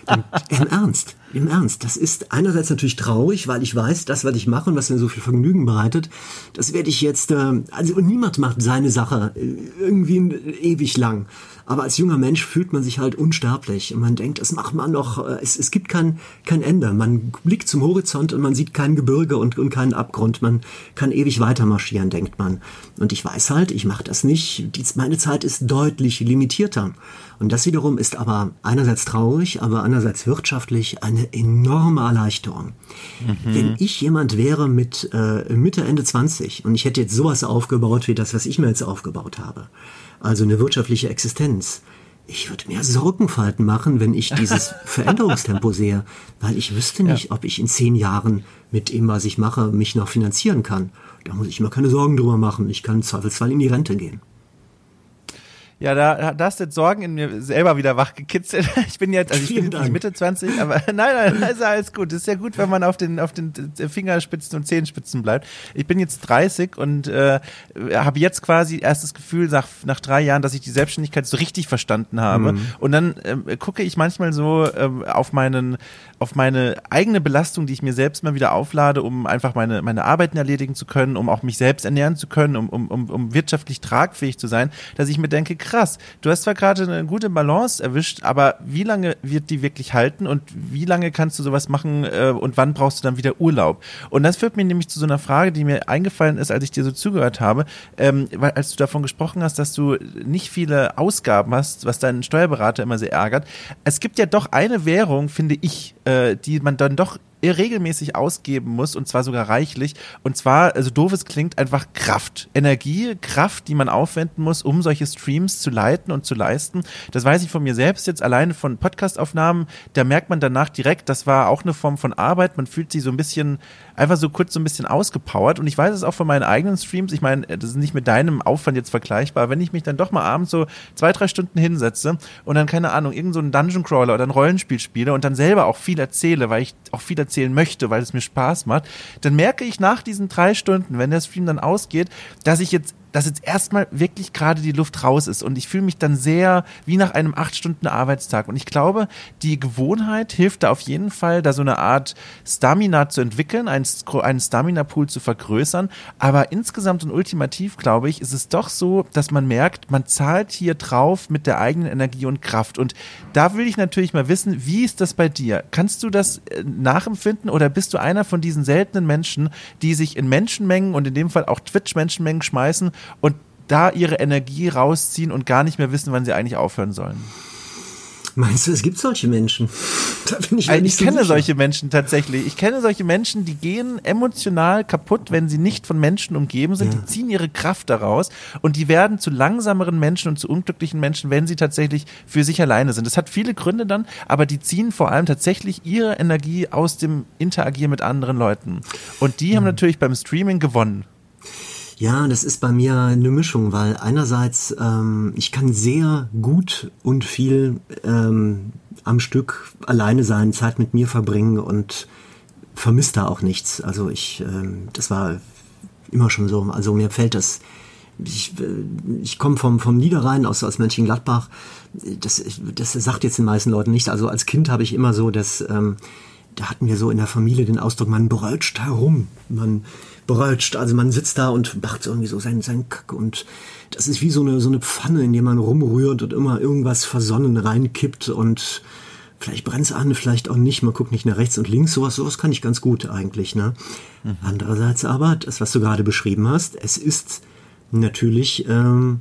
Im Ernst. Das ist einerseits natürlich traurig, weil ich weiß, das, was ich mache und was mir so viel Vergnügen bereitet, das werde ich jetzt, und niemand macht seine Sache irgendwie ewig lang. Aber als junger Mensch fühlt man sich halt unsterblich und man denkt, das macht man noch, es gibt kein Ende. Man blickt zum Horizont und man sieht kein Gebirge und keinen Abgrund. Man kann ewig weiter marschieren, denkt man. Und ich weiß halt, ich mache das nicht. Meine Zeit ist deutlich limitierter. Und das wiederum ist aber einerseits traurig, aber andererseits wirtschaftlich eine enorme Erleichterung. Wenn ich jemand wäre mit Mitte, Ende 20 und ich hätte jetzt sowas aufgebaut wie das, was ich mir jetzt aufgebaut habe, also eine wirtschaftliche Existenz, ich würde mir Sorgenfalten machen, wenn ich dieses Veränderungstempo sehe, weil ich wüsste nicht, ob ich in 10 Jahren mit dem, was ich mache, mich noch finanzieren kann. Da muss ich mir keine Sorgen drüber machen. Ich kann im Zweifelsfall in die Rente gehen. Ja, da hast du jetzt Sorgen in mir selber wieder wachgekitzelt. Ich bin jetzt nicht Mitte 20, aber nein, ist alles gut. Es ist ja gut, wenn man auf den Fingerspitzen und Zehenspitzen bleibt. Ich bin jetzt 30 und habe jetzt quasi erst das Gefühl nach 3 Jahren, dass ich die Selbstständigkeit so richtig verstanden habe. Und dann gucke ich manchmal so auf meine eigene Belastung, die ich mir selbst mal wieder auflade, um einfach meine Arbeiten erledigen zu können, um auch mich selbst ernähren zu können, um wirtschaftlich tragfähig zu sein, dass ich mir denke, krass, du hast zwar gerade eine gute Balance erwischt, aber wie lange wird die wirklich halten und wie lange kannst du sowas machen und wann brauchst du dann wieder Urlaub? Und das führt mir nämlich zu so einer Frage, die mir eingefallen ist, als ich dir so zugehört habe, weil als du davon gesprochen hast, dass du nicht viele Ausgaben hast, was deinen Steuerberater immer sehr ärgert. Es gibt ja doch eine Währung, finde ich, die man dann doch regelmäßig ausgeben muss und zwar sogar reichlich und zwar, also doof es klingt, einfach Kraft, Energie, Kraft, die man aufwenden muss, um solche Streams zu leiten und zu leisten. Das weiß ich von mir selbst jetzt, alleine von Podcastaufnahmen, da merkt man danach direkt, das war auch eine Form von Arbeit, man fühlt sich so ein bisschen, einfach so kurz so ein bisschen ausgepowert und ich weiß es auch von meinen eigenen Streams, ich meine, das ist nicht mit deinem Aufwand jetzt vergleichbar, wenn ich mich dann doch mal abends so 2-3 Stunden hinsetze und dann, keine Ahnung, irgend so einen Dungeon Crawler oder ein Rollenspiel spiele und dann selber auch viel erzähle, weil ich auch viel erzählen möchte, weil es mir Spaß macht, dann merke ich nach diesen 3 Stunden, wenn der Stream dann ausgeht, dass jetzt erstmal wirklich gerade die Luft raus ist und ich fühle mich dann sehr wie nach einem 8-Stunden-Arbeitstag und ich glaube, die Gewohnheit hilft da auf jeden Fall, da so eine Art Stamina zu entwickeln, einen Stamina-Pool zu vergrößern, aber insgesamt und ultimativ, glaube ich, ist es doch so, dass man merkt, man zahlt hier drauf mit der eigenen Energie und Kraft und da will ich natürlich mal wissen, wie ist das bei dir? Kannst du das nachempfinden oder bist du einer von diesen seltenen Menschen, die sich in Menschenmengen und in dem Fall auch Twitch-Menschenmengen schmeißen und da ihre Energie rausziehen und gar nicht mehr wissen, wann sie eigentlich aufhören sollen? Meinst du, es gibt solche Menschen? Da bin ich Ich kenne solche Menschen tatsächlich. Ich kenne solche Menschen, die gehen emotional kaputt, wenn sie nicht von Menschen umgeben sind. Ja. Die ziehen ihre Kraft daraus und die werden zu langsameren Menschen und zu unglücklichen Menschen, wenn sie tatsächlich für sich alleine sind. Das hat viele Gründe dann, aber die ziehen vor allem tatsächlich ihre Energie aus dem Interagieren mit anderen Leuten. Und die haben natürlich beim Streaming gewonnen. Ja, das ist bei mir eine Mischung, weil einerseits ich kann sehr gut und viel am Stück alleine sein, Zeit mit mir verbringen und vermisse da auch nichts. Also das war immer schon so. Also mir fällt das. Ich komme vom Niederrhein aus Mönchengladbach. Das sagt jetzt den meisten Leuten nicht. Also als Kind habe ich immer so, da hatten wir so in der Familie den Ausdruck, man brölscht herum. Also man sitzt da und macht irgendwie so seinen Kack und das ist wie so eine Pfanne, in der man rumrührt und immer irgendwas versonnen reinkippt und vielleicht brennt's an, vielleicht auch nicht, man guckt nicht nach rechts und links, sowas kann ich ganz gut eigentlich, ne? Andererseits aber, das, was du gerade beschrieben hast, es ist natürlich, so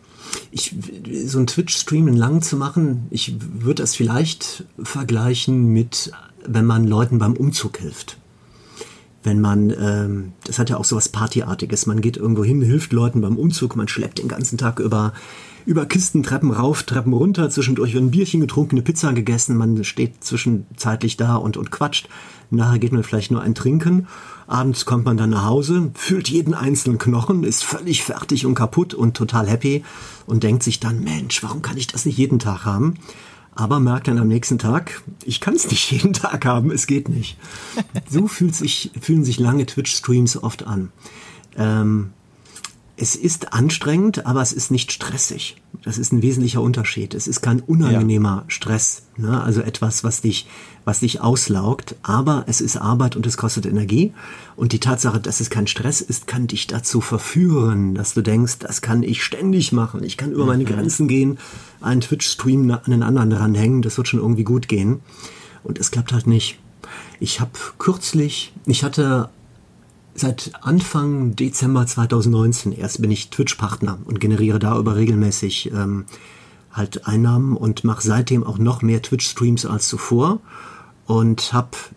ein Twitch-Stream lang zu machen, ich würde das vielleicht vergleichen mit, wenn man Leuten beim Umzug hilft. wenn man, das hat ja auch so was Partyartiges, man geht irgendwo hin, hilft Leuten beim Umzug, man schleppt den ganzen Tag über Kisten, Treppen rauf, Treppen runter, zwischendurch wird ein Bierchen getrunken, eine Pizza gegessen, man steht zwischenzeitlich da und quatscht. Nachher geht man vielleicht nur ein Trinken, abends kommt man dann nach Hause, fühlt jeden einzelnen Knochen, ist völlig fertig und kaputt und total happy und denkt sich dann, Mensch, warum kann ich das nicht jeden Tag haben? Aber merkt dann am nächsten Tag, ich kann es nicht jeden Tag haben, es geht nicht. So fühlen sich lange Twitch-Streams oft an. Es ist anstrengend, aber es ist nicht stressig. Das ist ein wesentlicher Unterschied. Es ist kein unangenehmer Stress, ne? Also etwas, was dich auslaugt, aber es ist Arbeit und es kostet Energie. Und die Tatsache, dass es kein Stress ist, kann dich dazu verführen, dass du denkst, das kann ich ständig machen. Ich kann über meine Grenzen gehen, einen Twitch-Stream an den anderen ranhängen, das wird schon irgendwie gut gehen. Und es klappt halt nicht. Ich hatte seit Anfang Dezember 2019 erst bin ich Twitch-Partner und generiere darüber regelmäßig halt Einnahmen und mache seitdem auch noch mehr Twitch-Streams als zuvor und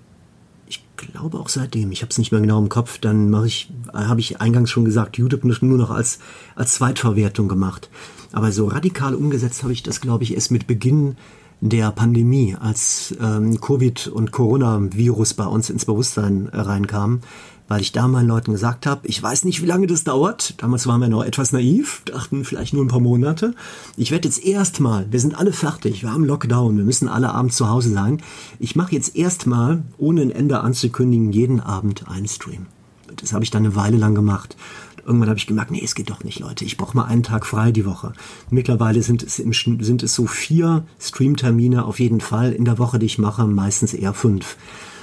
ich glaube auch seitdem, ich habe es nicht mehr genau im Kopf, dann habe ich eingangs schon gesagt, YouTube nur noch als Zweitverwertung gemacht. Aber so radikal umgesetzt habe ich das, glaube ich, erst mit Beginn der Pandemie, als Covid und Coronavirus bei uns ins Bewusstsein reinkam, weil ich da meinen Leuten gesagt habe, ich weiß nicht, wie lange das dauert. Damals waren wir noch etwas naiv, dachten vielleicht nur ein paar Monate. Ich werde jetzt erstmal, wir sind alle fertig, wir haben Lockdown, wir müssen alle abends zu Hause sein. Ich mache jetzt erstmal, ohne ein Ende anzukündigen, jeden Abend einen Stream. Das habe ich dann eine Weile lang gemacht. Irgendwann habe ich gemerkt, nee, es geht doch nicht, Leute. Ich brauche mal einen Tag frei die Woche. Mittlerweile sind es so 4 Streamtermine auf jeden Fall in der Woche, die ich mache, meistens eher 5.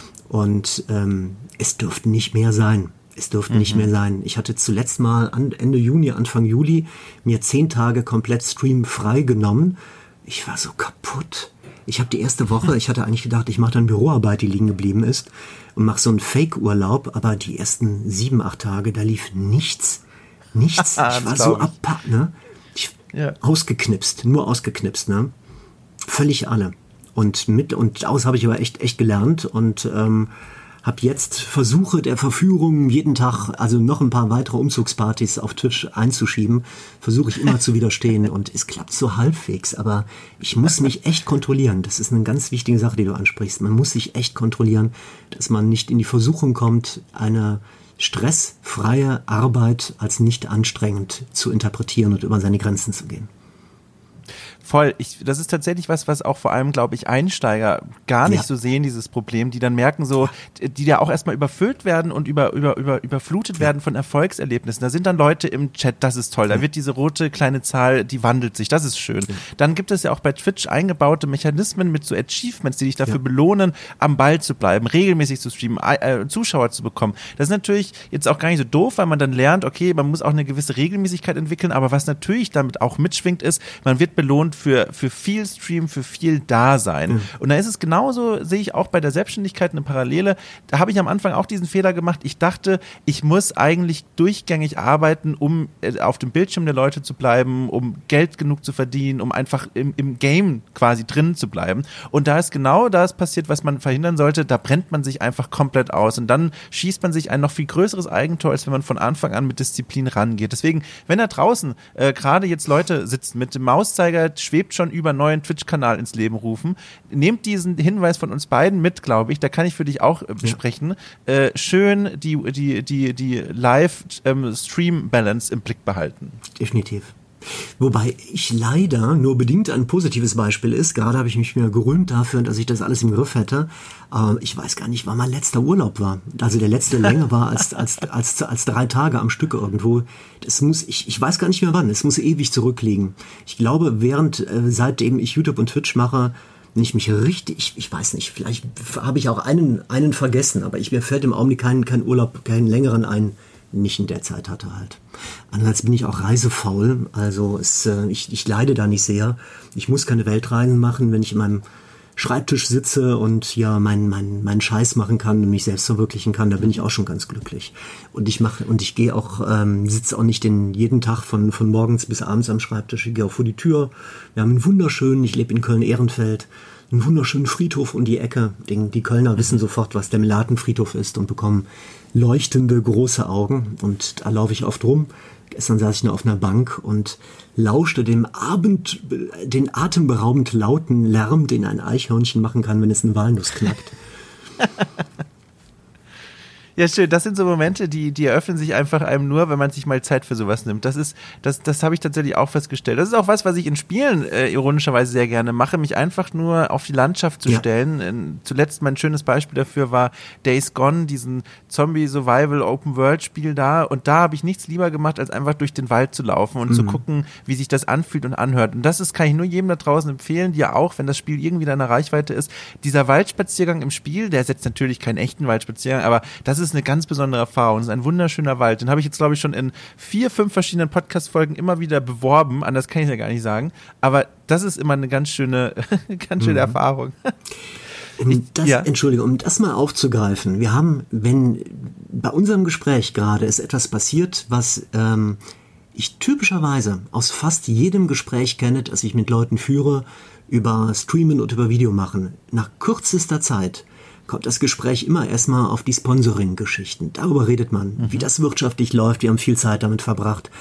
Und es dürften nicht mehr sein. Nicht mehr sein. Ich hatte zuletzt mal Ende Juni, Anfang Juli mir 10 Tage komplett streamfrei genommen. Ich war so kaputt. Ich habe die erste Woche, ich hatte eigentlich gedacht, ich mache dann Büroarbeit, die liegen geblieben ist und mache so einen Fake-Urlaub, aber die ersten 7, 8 Tage, da lief nichts. Nichts. Ich war so ne? Ausgeknipst, nur ausgeknipst, ne? Völlig alle. Und aus habe ich aber echt gelernt und habe jetzt Versuche der Verführung jeden Tag, also noch ein paar weitere Umzugspartys auf Twitch einzuschieben, versuche ich immer zu widerstehen und es klappt so halbwegs, aber ich muss mich echt kontrollieren. Das ist eine ganz wichtige Sache, die du ansprichst. Man muss sich echt kontrollieren, dass man nicht in die Versuchung kommt, eine stressfreie Arbeit als nicht anstrengend zu interpretieren und über seine Grenzen zu gehen. Voll. Das ist tatsächlich was auch vor allem, glaube ich, Einsteiger gar nicht so sehen, dieses Problem, die dann merken so, die ja auch erstmal überfüllt werden und überflutet werden von Erfolgserlebnissen. Da sind dann Leute im Chat, das ist toll. Da wird diese rote kleine Zahl, die wandelt sich, das ist schön. Dann gibt es ja auch bei Twitch eingebaute Mechanismen mit so Achievements, die dich dafür belohnen, am Ball zu bleiben, regelmäßig zu streamen, Zuschauer zu bekommen. Das ist natürlich jetzt auch gar nicht so doof, weil man dann lernt, okay, man muss auch eine gewisse Regelmäßigkeit entwickeln, aber was natürlich damit auch mitschwingt ist, man wird belohnt für viel Stream, für viel Dasein. Und da ist es genauso, sehe ich auch bei der Selbstständigkeit eine Parallele. Da habe ich am Anfang auch diesen Fehler gemacht. Ich dachte, ich muss eigentlich durchgängig arbeiten, um auf dem Bildschirm der Leute zu bleiben, um Geld genug zu verdienen, um einfach im Game quasi drin zu bleiben. Und da ist genau das passiert, was man verhindern sollte. Da brennt man sich einfach komplett aus. Und dann schießt man sich ein noch viel größeres Eigentor, als wenn man von Anfang an mit Disziplin rangeht. Deswegen, wenn da draußen gerade jetzt Leute sitzen mit dem Mauszeiger, schwebt schon über einen neuen Twitch-Kanal ins Leben rufen. Nehmt diesen Hinweis von uns beiden mit, glaube ich. Da kann ich für dich auch besprechen. Schön die Live-Stream-Balance im Blick behalten. Definitiv. Wobei ich leider nur bedingt ein positives Beispiel ist. Gerade habe ich mich mir gerühmt dafür, dass ich das alles im Griff hätte. Ich weiß gar nicht, wann mein letzter Urlaub war. Also der letzte länger war als 3 Tage am Stück irgendwo. Ich weiß gar nicht mehr wann. Es muss ewig zurückliegen. Ich glaube, seitdem ich YouTube und Twitch mache, wenn ich mich richtig, ich weiß nicht, vielleicht habe ich auch einen vergessen, aber mir fällt im Augenblick kein Urlaub, keinen längeren ein, nicht in der Zeit hatte halt. Andererseits bin ich auch reisefaul, also ich leide da nicht sehr. Ich muss keine Weltreisen machen, wenn ich in meinem Schreibtisch sitze und meinen Scheiß machen kann und mich selbst verwirklichen kann, da bin ich auch schon ganz glücklich. Und ich gehe auch, sitze auch nicht jeden Tag von morgens bis abends am Schreibtisch, ich gehe auch vor die Tür. Wir haben einen wunderschönen, ich lebe in Köln-Ehrenfeld, einen wunderschönen Friedhof um die Ecke. Die Kölner wissen sofort, was der Melatenfriedhof ist und bekommen leuchtende große Augen. Und da laufe ich oft rum. Gestern saß ich nur auf einer Bank und lauschte den atemberaubend lauten Lärm, den ein Eichhörnchen machen kann, wenn es eine Walnuss knackt. Ja, schön. Das sind so Momente, die eröffnen sich einfach einem nur, wenn man sich mal Zeit für sowas nimmt. Das habe ich tatsächlich auch festgestellt. Das ist auch was ich in Spielen ironischerweise sehr gerne mache, mich einfach nur auf die Landschaft zu stellen. Zuletzt mein schönes Beispiel dafür war Days Gone, diesen Zombie-Survival-Open-World-Spiel da. Und da habe ich nichts lieber gemacht, als einfach durch den Wald zu laufen und zu gucken, wie sich das anfühlt und anhört. Und das kann ich nur jedem da draußen empfehlen, dir auch, wenn das Spiel irgendwie in deiner Reichweite ist. Dieser Waldspaziergang im Spiel, der setzt natürlich keinen echten Waldspaziergang, aber das ist eine ganz besondere Erfahrung. Es ist ein wunderschöner Wald. Den habe ich jetzt, glaube ich, schon in 4, 5 verschiedenen Podcast-Folgen immer wieder beworben. Anders kann ich es ja gar nicht sagen. Aber das ist immer eine ganz schöne Erfahrung. Entschuldigung, um das mal aufzugreifen. Wir haben, wenn bei unserem Gespräch gerade ist etwas passiert, was ich typischerweise aus fast jedem Gespräch kenne, das ich mit Leuten führe, über Streamen und über Video machen. Nach kürzester Zeit kommt das Gespräch immer erstmal auf die Sponsoring-Geschichten. Darüber redet man, wie das wirtschaftlich läuft. Wir haben viel Zeit damit verbracht.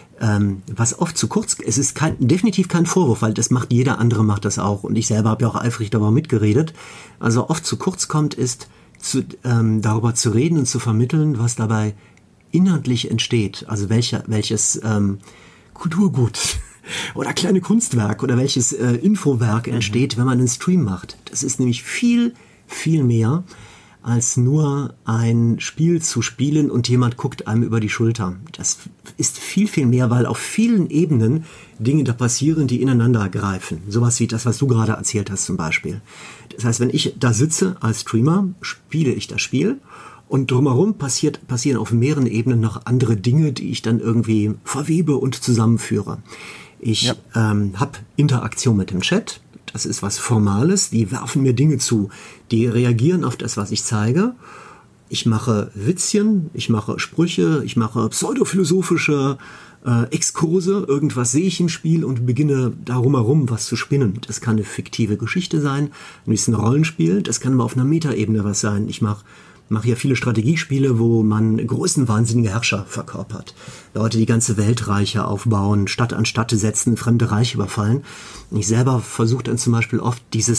Was oft zu kurz, es ist definitiv kein Vorwurf, weil jeder andere macht das auch. Und ich selber habe ja auch eifrig darüber mitgeredet. Also oft zu kurz kommt, ist darüber zu reden und zu vermitteln, was dabei inhaltlich entsteht. Also welches Kulturgut oder kleine Kunstwerk oder welches Infowerk entsteht, wenn man einen Stream macht. Das ist nämlich viel mehr als nur ein Spiel zu spielen und jemand guckt einem über die Schulter. Das ist viel mehr, weil auf vielen Ebenen Dinge da passieren, die ineinander greifen. Sowas wie das, was du gerade erzählt hast zum Beispiel. Das heißt, wenn ich da sitze als Streamer, spiele ich das Spiel und drumherum passieren auf mehreren Ebenen noch andere Dinge, die ich dann irgendwie verwebe und zusammenführe. Ich habe Interaktion mit dem Chat. Das ist was Formales, die werfen mir Dinge zu, die reagieren auf das, was ich zeige. Ich mache Witzchen, ich mache Sprüche, ich mache pseudophilosophische Exkurse, irgendwas sehe ich im Spiel und beginne darum herum was zu spinnen. Das kann eine fiktive Geschichte sein, ein bisschen Rollenspiel, das kann aber auf einer Metaebene was sein. Ich mache ja viele Strategiespiele, wo man größenwahnsinnige Herrscher verkörpert. Leute, die ganze Weltreiche aufbauen, Stadt an Stadt setzen, fremde Reiche überfallen. Ich selber versuche dann zum Beispiel oft diese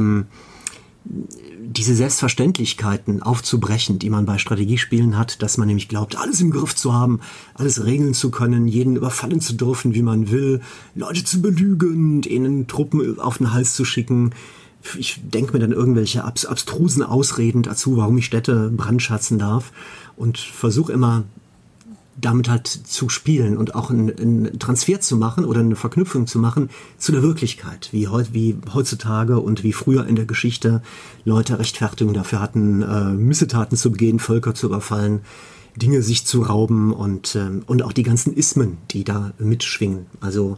Selbstverständlichkeiten aufzubrechen, die man bei Strategiespielen hat, dass man nämlich glaubt, alles im Griff zu haben, alles regeln zu können, jeden überfallen zu dürfen, wie man will, Leute zu belügen, ihnen Truppen auf den Hals zu schicken. Ich denke mir dann irgendwelche abstrusen Ausreden dazu, warum ich Städte brandschatzen darf und versuche immer damit halt zu spielen und auch einen Transfer zu machen oder eine Verknüpfung zu machen zu der Wirklichkeit, wie heutzutage und wie früher in der Geschichte Leute Rechtfertigung dafür hatten, Missetaten zu begehen, Völker zu überfallen, Dinge sich zu rauben und auch die ganzen Ismen, die da mitschwingen. Also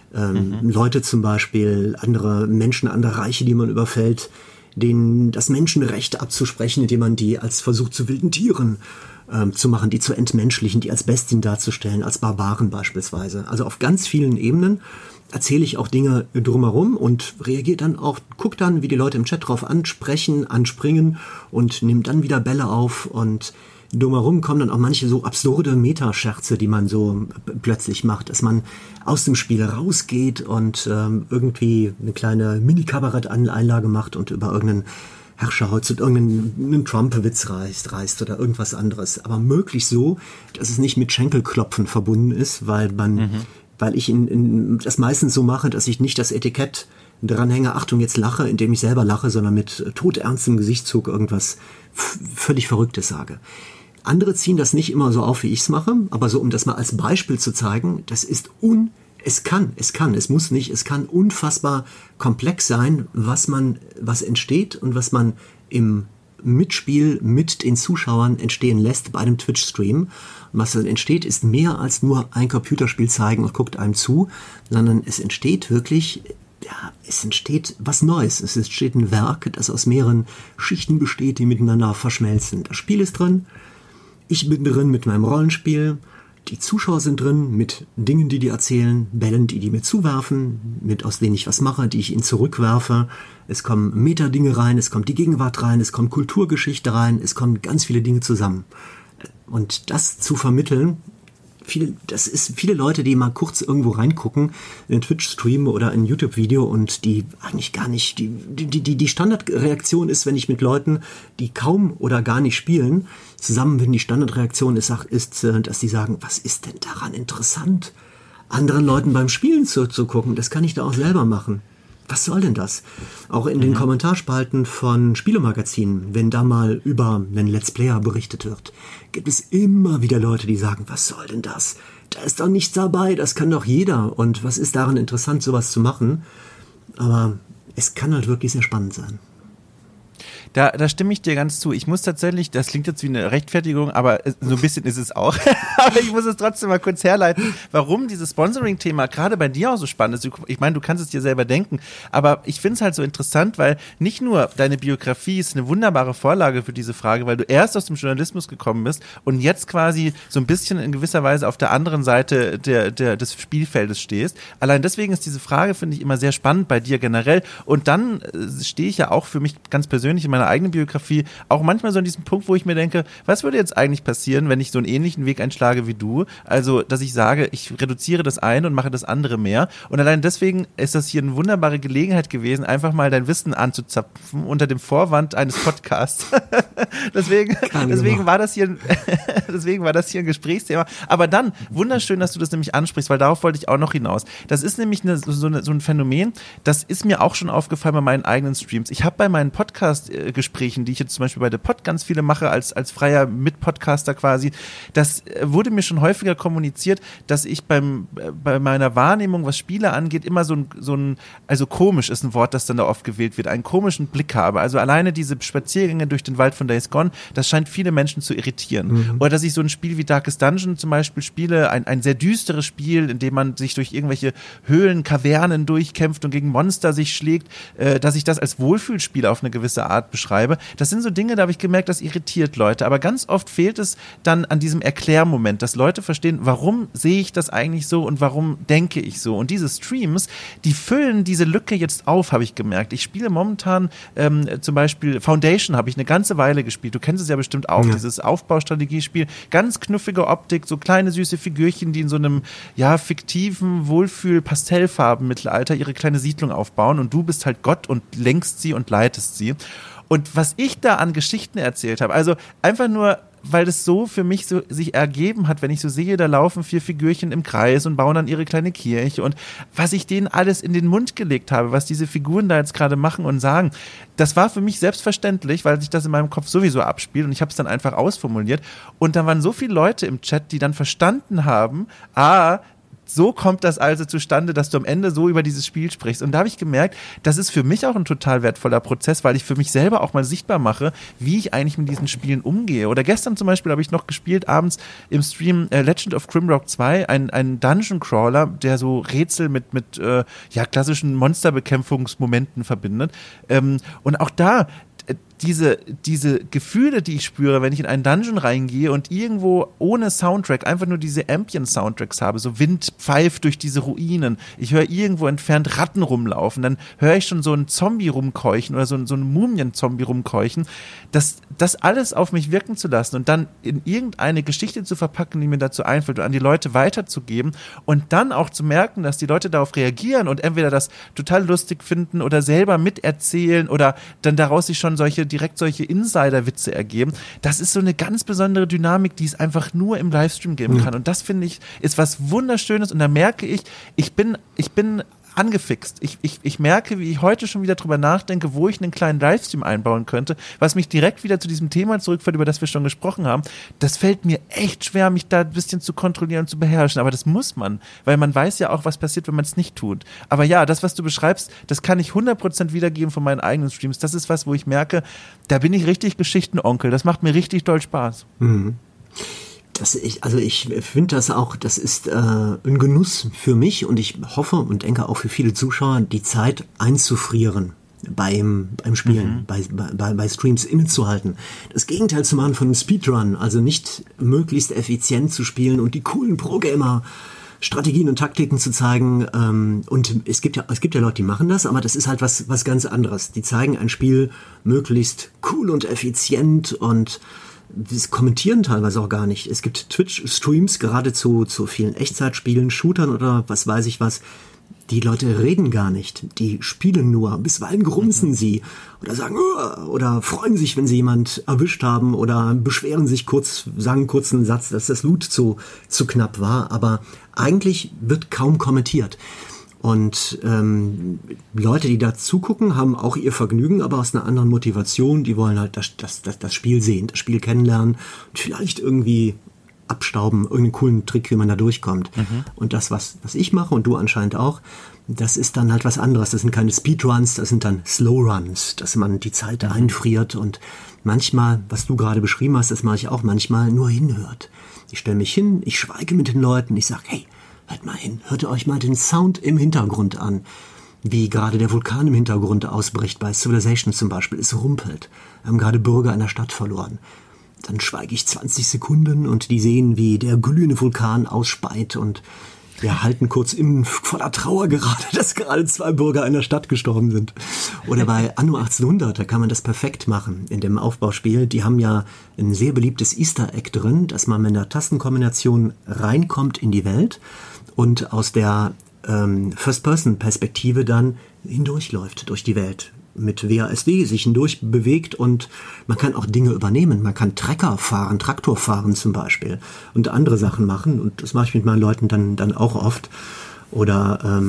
Leute zum Beispiel, andere Menschen, andere Reiche, die man überfällt, denen das Menschenrecht abzusprechen, indem man die als Versuch zu wilden Tieren zu machen, die zu entmenschlichen, die als Bestien darzustellen, als Barbaren beispielsweise. Also auf ganz vielen Ebenen erzähle ich auch Dinge drumherum und reagiere dann auch, guck dann, wie die Leute im Chat drauf ansprechen, anspringen und nehme dann wieder Bälle auf und drumherum kommen dann auch manche so absurde Metascherze, die man so plötzlich macht, dass man aus dem Spiel rausgeht und irgendwie eine kleine Mini-Kabarett-Einlage macht und über irgendeinen Herrscher irgendeinen Trump-Witz reißt oder irgendwas anderes. Aber möglichst so, dass es nicht mit Schenkelklopfen verbunden ist, weil ich das meistens so mache, dass ich nicht das Etikett dranhänge, Achtung, jetzt lache, indem ich selber lache, sondern mit todernstem Gesichtszug irgendwas völlig Verrücktes sage. Andere ziehen das nicht immer so auf, wie ich es mache, aber so, um das mal als Beispiel zu zeigen, es kann unfassbar komplex sein, was entsteht und was man im Mitspiel mit den Zuschauern entstehen lässt bei einem Twitch-Stream. Und was dann entsteht, ist mehr als nur ein Computerspiel zeigen und guckt einem zu, sondern es entsteht wirklich, es entsteht was Neues. Es entsteht ein Werk, das aus mehreren Schichten besteht, die miteinander verschmelzen. Das Spiel ist drin, ich bin drin mit meinem Rollenspiel, die Zuschauer sind drin mit Dingen, die erzählen, Bällen, die mir zuwerfen, aus denen ich was mache, die ich ihnen zurückwerfe. Es kommen Meta-Dinge rein, es kommt die Gegenwart rein, es kommt Kulturgeschichte rein, es kommen ganz viele Dinge zusammen. Und das zu vermitteln, viele Leute, die mal kurz irgendwo reingucken, in einen Twitch-Stream oder ein YouTube-Video und die eigentlich gar nicht, die Standardreaktion ist, wenn ich mit Leuten, die kaum oder gar nicht spielen, zusammen bin, die Standardreaktion ist, dass die sagen, was ist denn daran interessant, anderen Leuten beim Spielen zuzugucken, das kann ich da auch selber machen. Was soll denn das? Auch in den Kommentarspalten von Spielemagazinen, wenn da mal über einen Let's Player berichtet wird, gibt es immer wieder Leute, die sagen, was soll denn das? Da ist doch nichts dabei, das kann doch jeder. Und was ist daran interessant, sowas zu machen? Aber es kann halt wirklich sehr spannend sein. Da stimme ich dir ganz zu. Ich muss tatsächlich, das klingt jetzt wie eine Rechtfertigung, aber so ein bisschen ist es auch. Aber ich muss es trotzdem mal kurz herleiten, warum dieses Sponsoring-Thema gerade bei dir auch so spannend ist. Ich meine, du kannst es dir selber denken, aber ich finde es halt so interessant, weil nicht nur deine Biografie ist eine wunderbare Vorlage für diese Frage, weil du erst aus dem Journalismus gekommen bist und jetzt quasi so ein bisschen in gewisser Weise auf der anderen Seite des Spielfeldes stehst. Allein deswegen ist diese Frage, finde ich, immer sehr spannend bei dir generell. Und dann stehe ich ja auch für mich ganz persönlich in meiner eigenen Biografie auch manchmal so an diesem Punkt, wo ich mir denke, was würde jetzt eigentlich passieren, wenn ich so einen ähnlichen Weg einschlage wie du? Also, dass ich sage, ich reduziere das eine und mache das andere mehr. Und allein deswegen ist das hier eine wunderbare Gelegenheit gewesen, einfach mal dein Wissen anzuzapfen unter dem Vorwand eines Podcasts. deswegen war das hier ein Gesprächsthema. Aber dann, wunderschön, dass du das nämlich ansprichst, weil darauf wollte ich auch noch hinaus. Das ist nämlich so ein Phänomen, das ist mir auch schon aufgefallen bei meinen eigenen Streams. Ich habe bei meinen Podcast-Gesprächen, die ich jetzt zum Beispiel bei The Pod ganz viele mache, als freier Mitpodcaster quasi, das wurde mir schon häufiger kommuniziert, dass ich bei meiner Wahrnehmung, was Spiele angeht, immer also komisch ist ein Wort, das dann da oft gewählt wird, einen komischen Blick habe. Also alleine diese Spaziergänge durch den Wald von Days Gone, das scheint viele Menschen zu irritieren. Mhm. Oder dass ich so ein Spiel wie Darkest Dungeon zum Beispiel spiele, ein sehr düsteres Spiel, in dem man sich durch irgendwelche Höhlen, Kavernen durchkämpft und gegen Monster sich schlägt, dass ich das als Wohlfühlspiel auf eine gewisse Art beschreibe. Das sind so Dinge, da habe ich gemerkt, das irritiert Leute. Aber ganz oft fehlt es dann an diesem Erklärmoment, dass Leute verstehen, warum sehe ich das eigentlich so und warum denke ich so. Und diese Streams, die füllen diese Lücke jetzt auf, habe ich gemerkt. Ich spiele momentan zum Beispiel Foundation, habe ich eine ganze Weile gespielt. Du kennst es ja bestimmt auch, dieses Aufbaustrategiespiel. Ganz knuffige Optik, so kleine süße Figürchen, die in so einem fiktiven Wohlfühl-Pastellfarben-Mittelalter ihre kleine Siedlung aufbauen und du bist halt Gott und lenkst sie und leitest sie. Und was ich da an Geschichten erzählt habe, also einfach nur, weil das so für mich so sich ergeben hat, wenn ich so sehe, da laufen 4 Figürchen im Kreis und bauen dann ihre kleine Kirche und was ich denen alles in den Mund gelegt habe, was diese Figuren da jetzt gerade machen und sagen, das war für mich selbstverständlich, weil sich das in meinem Kopf sowieso abspielt und ich habe es dann einfach ausformuliert und da waren so viele Leute im Chat, die dann verstanden haben, so kommt das also zustande, dass du am Ende so über dieses Spiel sprichst. Und da habe ich gemerkt, das ist für mich auch ein total wertvoller Prozess, weil ich für mich selber auch mal sichtbar mache, wie ich eigentlich mit diesen Spielen umgehe. Oder gestern zum Beispiel habe ich noch gespielt, abends im Stream Legend of Grimrock 2, ein Dungeon Crawler, der so Rätsel mit klassischen Monsterbekämpfungsmomenten verbindet. Und auch da, diese Gefühle, die ich spüre, wenn ich in einen Dungeon reingehe und irgendwo ohne Soundtrack einfach nur diese Ambient-Soundtracks habe, so Wind pfeift durch diese Ruinen, ich höre irgendwo entfernt Ratten rumlaufen, dann höre ich schon so einen Zombie rumkeuchen oder so einen Mumien-Zombie rumkeuchen, das alles auf mich wirken zu lassen und dann in irgendeine Geschichte zu verpacken, die mir dazu einfällt und an die Leute weiterzugeben und dann auch zu merken, dass die Leute darauf reagieren und entweder das total lustig finden oder selber miterzählen oder dann daraus sich schon direkt solche Insider-Witze ergeben. Das ist so eine ganz besondere Dynamik, die es einfach nur im Livestream geben kann. Und das, finde ich, ist was Wunderschönes. Und da merke ich bin angefixt. Ich merke, wie ich heute schon wieder drüber nachdenke, wo ich einen kleinen Livestream einbauen könnte, was mich direkt wieder zu diesem Thema zurückführt, über das wir schon gesprochen haben. Das fällt mir echt schwer, mich da ein bisschen zu kontrollieren und zu beherrschen. Aber das muss man, weil man weiß ja auch, was passiert, wenn man es nicht tut. Aber ja, das, was du beschreibst, das kann ich 100% wiedergeben von meinen eigenen Streams. Das ist was, wo ich merke, da bin ich richtig Geschichtenonkel. Das macht mir richtig doll Spaß. Mhm. Ich finde das auch, das ist ein Genuss für mich und ich hoffe und denke auch für viele Zuschauer, die Zeit einzufrieren beim Spielen, bei Streams innezuhalten. Das Gegenteil zu machen von einem Speedrun, also nicht möglichst effizient zu spielen und die coolen Pro-Gamer Strategien und Taktiken zu zeigen. Und es gibt ja Leute, die machen das, aber das ist halt was ganz anderes. Die zeigen ein Spiel möglichst cool und effizient und das kommentieren teilweise auch gar nicht. Es gibt Twitch-Streams, gerade zu vielen Echtzeitspielen, Shootern oder was weiß ich was. Die Leute reden gar nicht. Die spielen nur. Bisweilen grunzen sie oder sagen oder freuen sich, wenn sie jemand erwischt haben oder beschweren sich sagen kurz einen Satz, dass das Loot zu knapp war. Aber eigentlich wird kaum kommentiert. Und Leute, die da zugucken, haben auch ihr Vergnügen, aber aus einer anderen Motivation. Die wollen halt das Spiel sehen, das Spiel kennenlernen und vielleicht irgendwie abstauben, irgendeinen coolen Trick, wie man da durchkommt. Und das, was ich mache und du anscheinend auch, das ist dann halt was anderes. Das sind keine Speedruns, das sind dann Slowruns, dass man die Zeit einfriert und manchmal, was du gerade beschrieben hast, das mache ich auch manchmal, nur hinhört. Ich stelle mich hin, ich schweige mit den Leuten, ich sage, hey, hört mal hin, hört euch mal den Sound im Hintergrund an, wie gerade der Vulkan im Hintergrund ausbricht, bei Civilization zum Beispiel, es rumpelt. Wir haben gerade Bürger einer Stadt verloren. Dann schweige ich 20 Sekunden und die sehen, wie der glühende Vulkan ausspeit und wir halten kurz voller Trauer gerade, dass gerade 2 Bürger einer Stadt gestorben sind. Oder bei Anno 1800, da kann man das perfekt machen in dem Aufbauspiel. Die haben ja ein sehr beliebtes Easter Egg drin, dass man mit einer Tastenkombination reinkommt in die Welt und aus der First-Person-Perspektive dann hindurchläuft durch die Welt. Mit WASD sich hindurch bewegt und man kann auch Dinge übernehmen. Man kann Traktor fahren zum Beispiel und andere Sachen machen und das mache ich mit meinen Leuten dann auch oft oder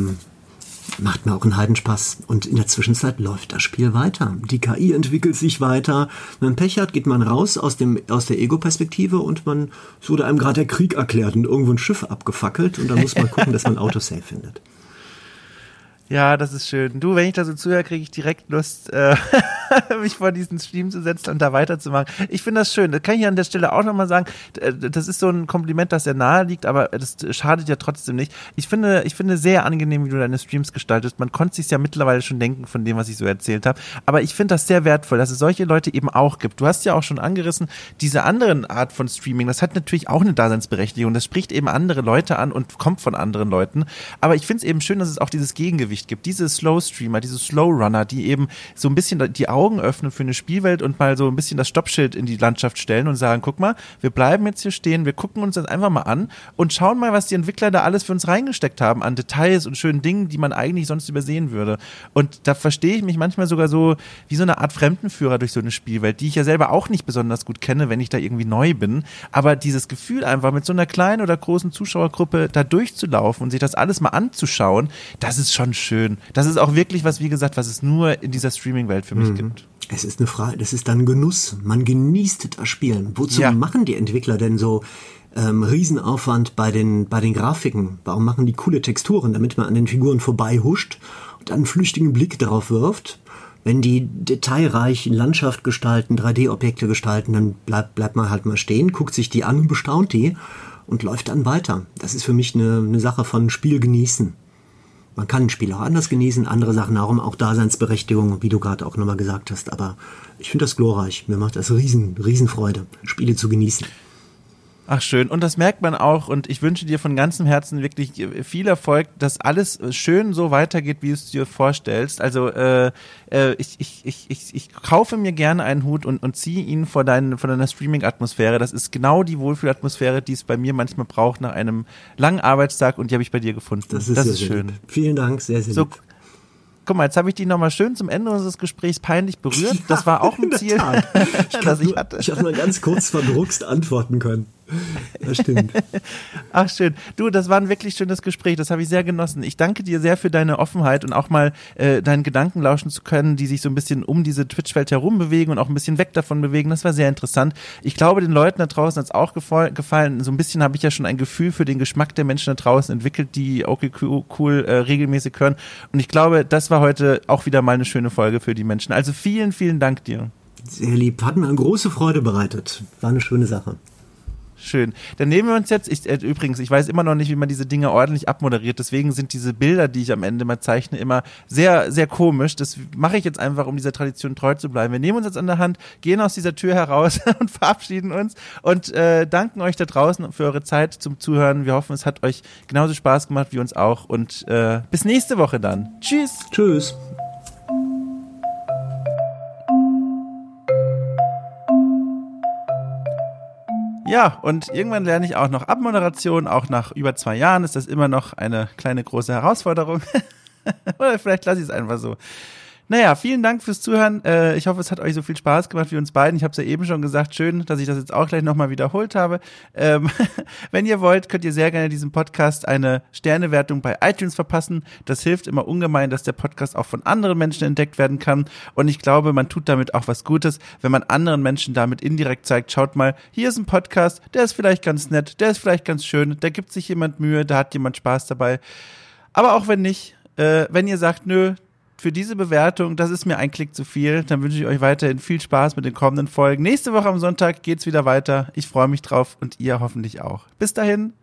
macht mir auch einen Heidenspaß und in der Zwischenzeit läuft das Spiel weiter. Die KI entwickelt sich weiter. Wenn man Pech hat, geht man raus aus der Ego-Perspektive und es wurde einem gerade der Krieg erklärt und irgendwo ein Schiff abgefackelt und dann muss man gucken, dass man Autosave findet. Ja, das ist schön. Du, wenn ich da so zuhöre, kriege ich direkt Lust, mich vor diesen Stream zu setzen und da weiterzumachen. Ich finde das schön. Das kann ich an der Stelle auch nochmal sagen. Das ist so ein Kompliment, das sehr nahe liegt, aber das schadet ja trotzdem nicht. Ich finde sehr angenehm, wie du deine Streams gestaltest. Man konnte sich ja mittlerweile schon denken von dem, was ich so erzählt habe. Aber ich finde das sehr wertvoll, dass es solche Leute eben auch gibt. Du hast ja auch schon angerissen, diese anderen Art von Streaming, das hat natürlich auch eine Daseinsberechtigung. Das spricht eben andere Leute an und kommt von anderen Leuten. Aber ich finde es eben schön, dass es auch dieses Gegengewicht gibt. Diese Slow-Streamer, diese Slow-Runner, die eben so ein bisschen die Augen öffnen für eine Spielwelt und mal so ein bisschen das Stoppschild in die Landschaft stellen und sagen, guck mal, wir bleiben jetzt hier stehen, wir gucken uns das einfach mal an und schauen mal, was die Entwickler da alles für uns reingesteckt haben an Details und schönen Dingen, die man eigentlich sonst übersehen würde. Und da verstehe ich mich manchmal sogar so wie so eine Art Fremdenführer durch so eine Spielwelt, die ich ja selber auch nicht besonders gut kenne, wenn ich da irgendwie neu bin. Aber dieses Gefühl einfach mit so einer kleinen oder großen Zuschauergruppe da durchzulaufen und sich das alles mal anzuschauen, das ist schon schön. Das ist auch wirklich was, wie gesagt, was es nur in dieser Streaming-Welt für mich gibt. Es ist eine Frage, das ist dann Genuss. Man genießt das Spielen. Wozu machen die Entwickler denn so Riesenaufwand bei den Grafiken? Warum machen die coole Texturen, damit man an den Figuren vorbei huscht und dann einen flüchtigen Blick darauf wirft? Wenn die detailreich Landschaft gestalten, 3D-Objekte gestalten, dann bleibt man halt mal stehen, guckt sich die an und bestaunt die und läuft dann weiter. Das ist für mich eine Sache von Spiel genießen. Man kann ein Spiel auch anders genießen, andere Sachen haben auch Daseinsberechtigung, wie du gerade auch nochmal gesagt hast. Aber ich finde das glorreich. Mir macht das Riesenfreude, Spiele zu genießen. Ach schön, und das merkt man auch und ich wünsche dir von ganzem Herzen wirklich viel Erfolg, dass alles schön so weitergeht, wie du es dir vorstellst. Also ich kaufe mir gerne einen Hut und ziehe ihn vor deiner Streaming-Atmosphäre. Das ist genau die Wohlfühlatmosphäre, die es bei mir manchmal braucht nach einem langen Arbeitstag und die habe ich bei dir gefunden. Das ist schön. Lieb. Vielen Dank, sehr, sehr lieb. Guck mal, jetzt habe ich dich nochmal schön zum Ende unseres Gesprächs peinlich berührt. Das war auch ein Ziel, das ich hatte. Ich habe mal ganz kurz verdruckst antworten können. Das stimmt. Ach schön. Du, das war ein wirklich schönes Gespräch. Das habe ich sehr genossen. Ich danke dir sehr für deine Offenheit und auch mal deinen Gedanken lauschen zu können, die sich so ein bisschen um diese Twitch-Welt herum bewegen und auch ein bisschen weg davon bewegen. Das war sehr interessant. Ich glaube, den Leuten da draußen hat es auch gefallen. So ein bisschen habe ich ja schon ein Gefühl für den Geschmack der Menschen da draußen entwickelt, die okay cool regelmäßig hören. Und ich glaube, das war heute auch wieder mal eine schöne Folge für die Menschen. Also vielen, vielen Dank dir. Sehr lieb. Hat mir eine große Freude bereitet. War eine schöne Sache. Schön. Dann nehmen wir uns jetzt, übrigens, ich weiß immer noch nicht, wie man diese Dinge ordentlich abmoderiert, deswegen sind diese Bilder, die ich am Ende mal zeichne, immer sehr, sehr komisch. Das mache ich jetzt einfach, um dieser Tradition treu zu bleiben. Wir nehmen uns jetzt an der Hand, gehen aus dieser Tür heraus und verabschieden uns und danken euch da draußen für eure Zeit zum Zuhören. Wir hoffen, es hat euch genauso Spaß gemacht wie uns auch und bis nächste Woche dann. Tschüss. Tschüss. Ja, und irgendwann lerne ich auch noch Abmoderation, auch nach über 2 Jahren ist das immer noch eine kleine große Herausforderung. Oder vielleicht lasse ich es einfach so. Naja, vielen Dank fürs Zuhören. Ich hoffe, es hat euch so viel Spaß gemacht wie uns beiden. Ich habe es ja eben schon gesagt, schön, dass ich das jetzt auch gleich nochmal wiederholt habe. Wenn ihr wollt, könnt ihr sehr gerne diesem Podcast eine Sternewertung bei iTunes verpassen. Das hilft immer ungemein, dass der Podcast auch von anderen Menschen entdeckt werden kann. Und ich glaube, man tut damit auch was Gutes, wenn man anderen Menschen damit indirekt zeigt, schaut mal, hier ist ein Podcast, der ist vielleicht ganz nett, der ist vielleicht ganz schön, da gibt sich jemand Mühe, da hat jemand Spaß dabei. Aber auch wenn nicht, wenn ihr sagt, nö, für diese Bewertung, das ist mir ein Klick zu viel, dann wünsche ich euch weiterhin viel Spaß mit den kommenden Folgen. Nächste Woche am Sonntag geht's wieder weiter. Ich freue mich drauf und ihr hoffentlich auch. Bis dahin.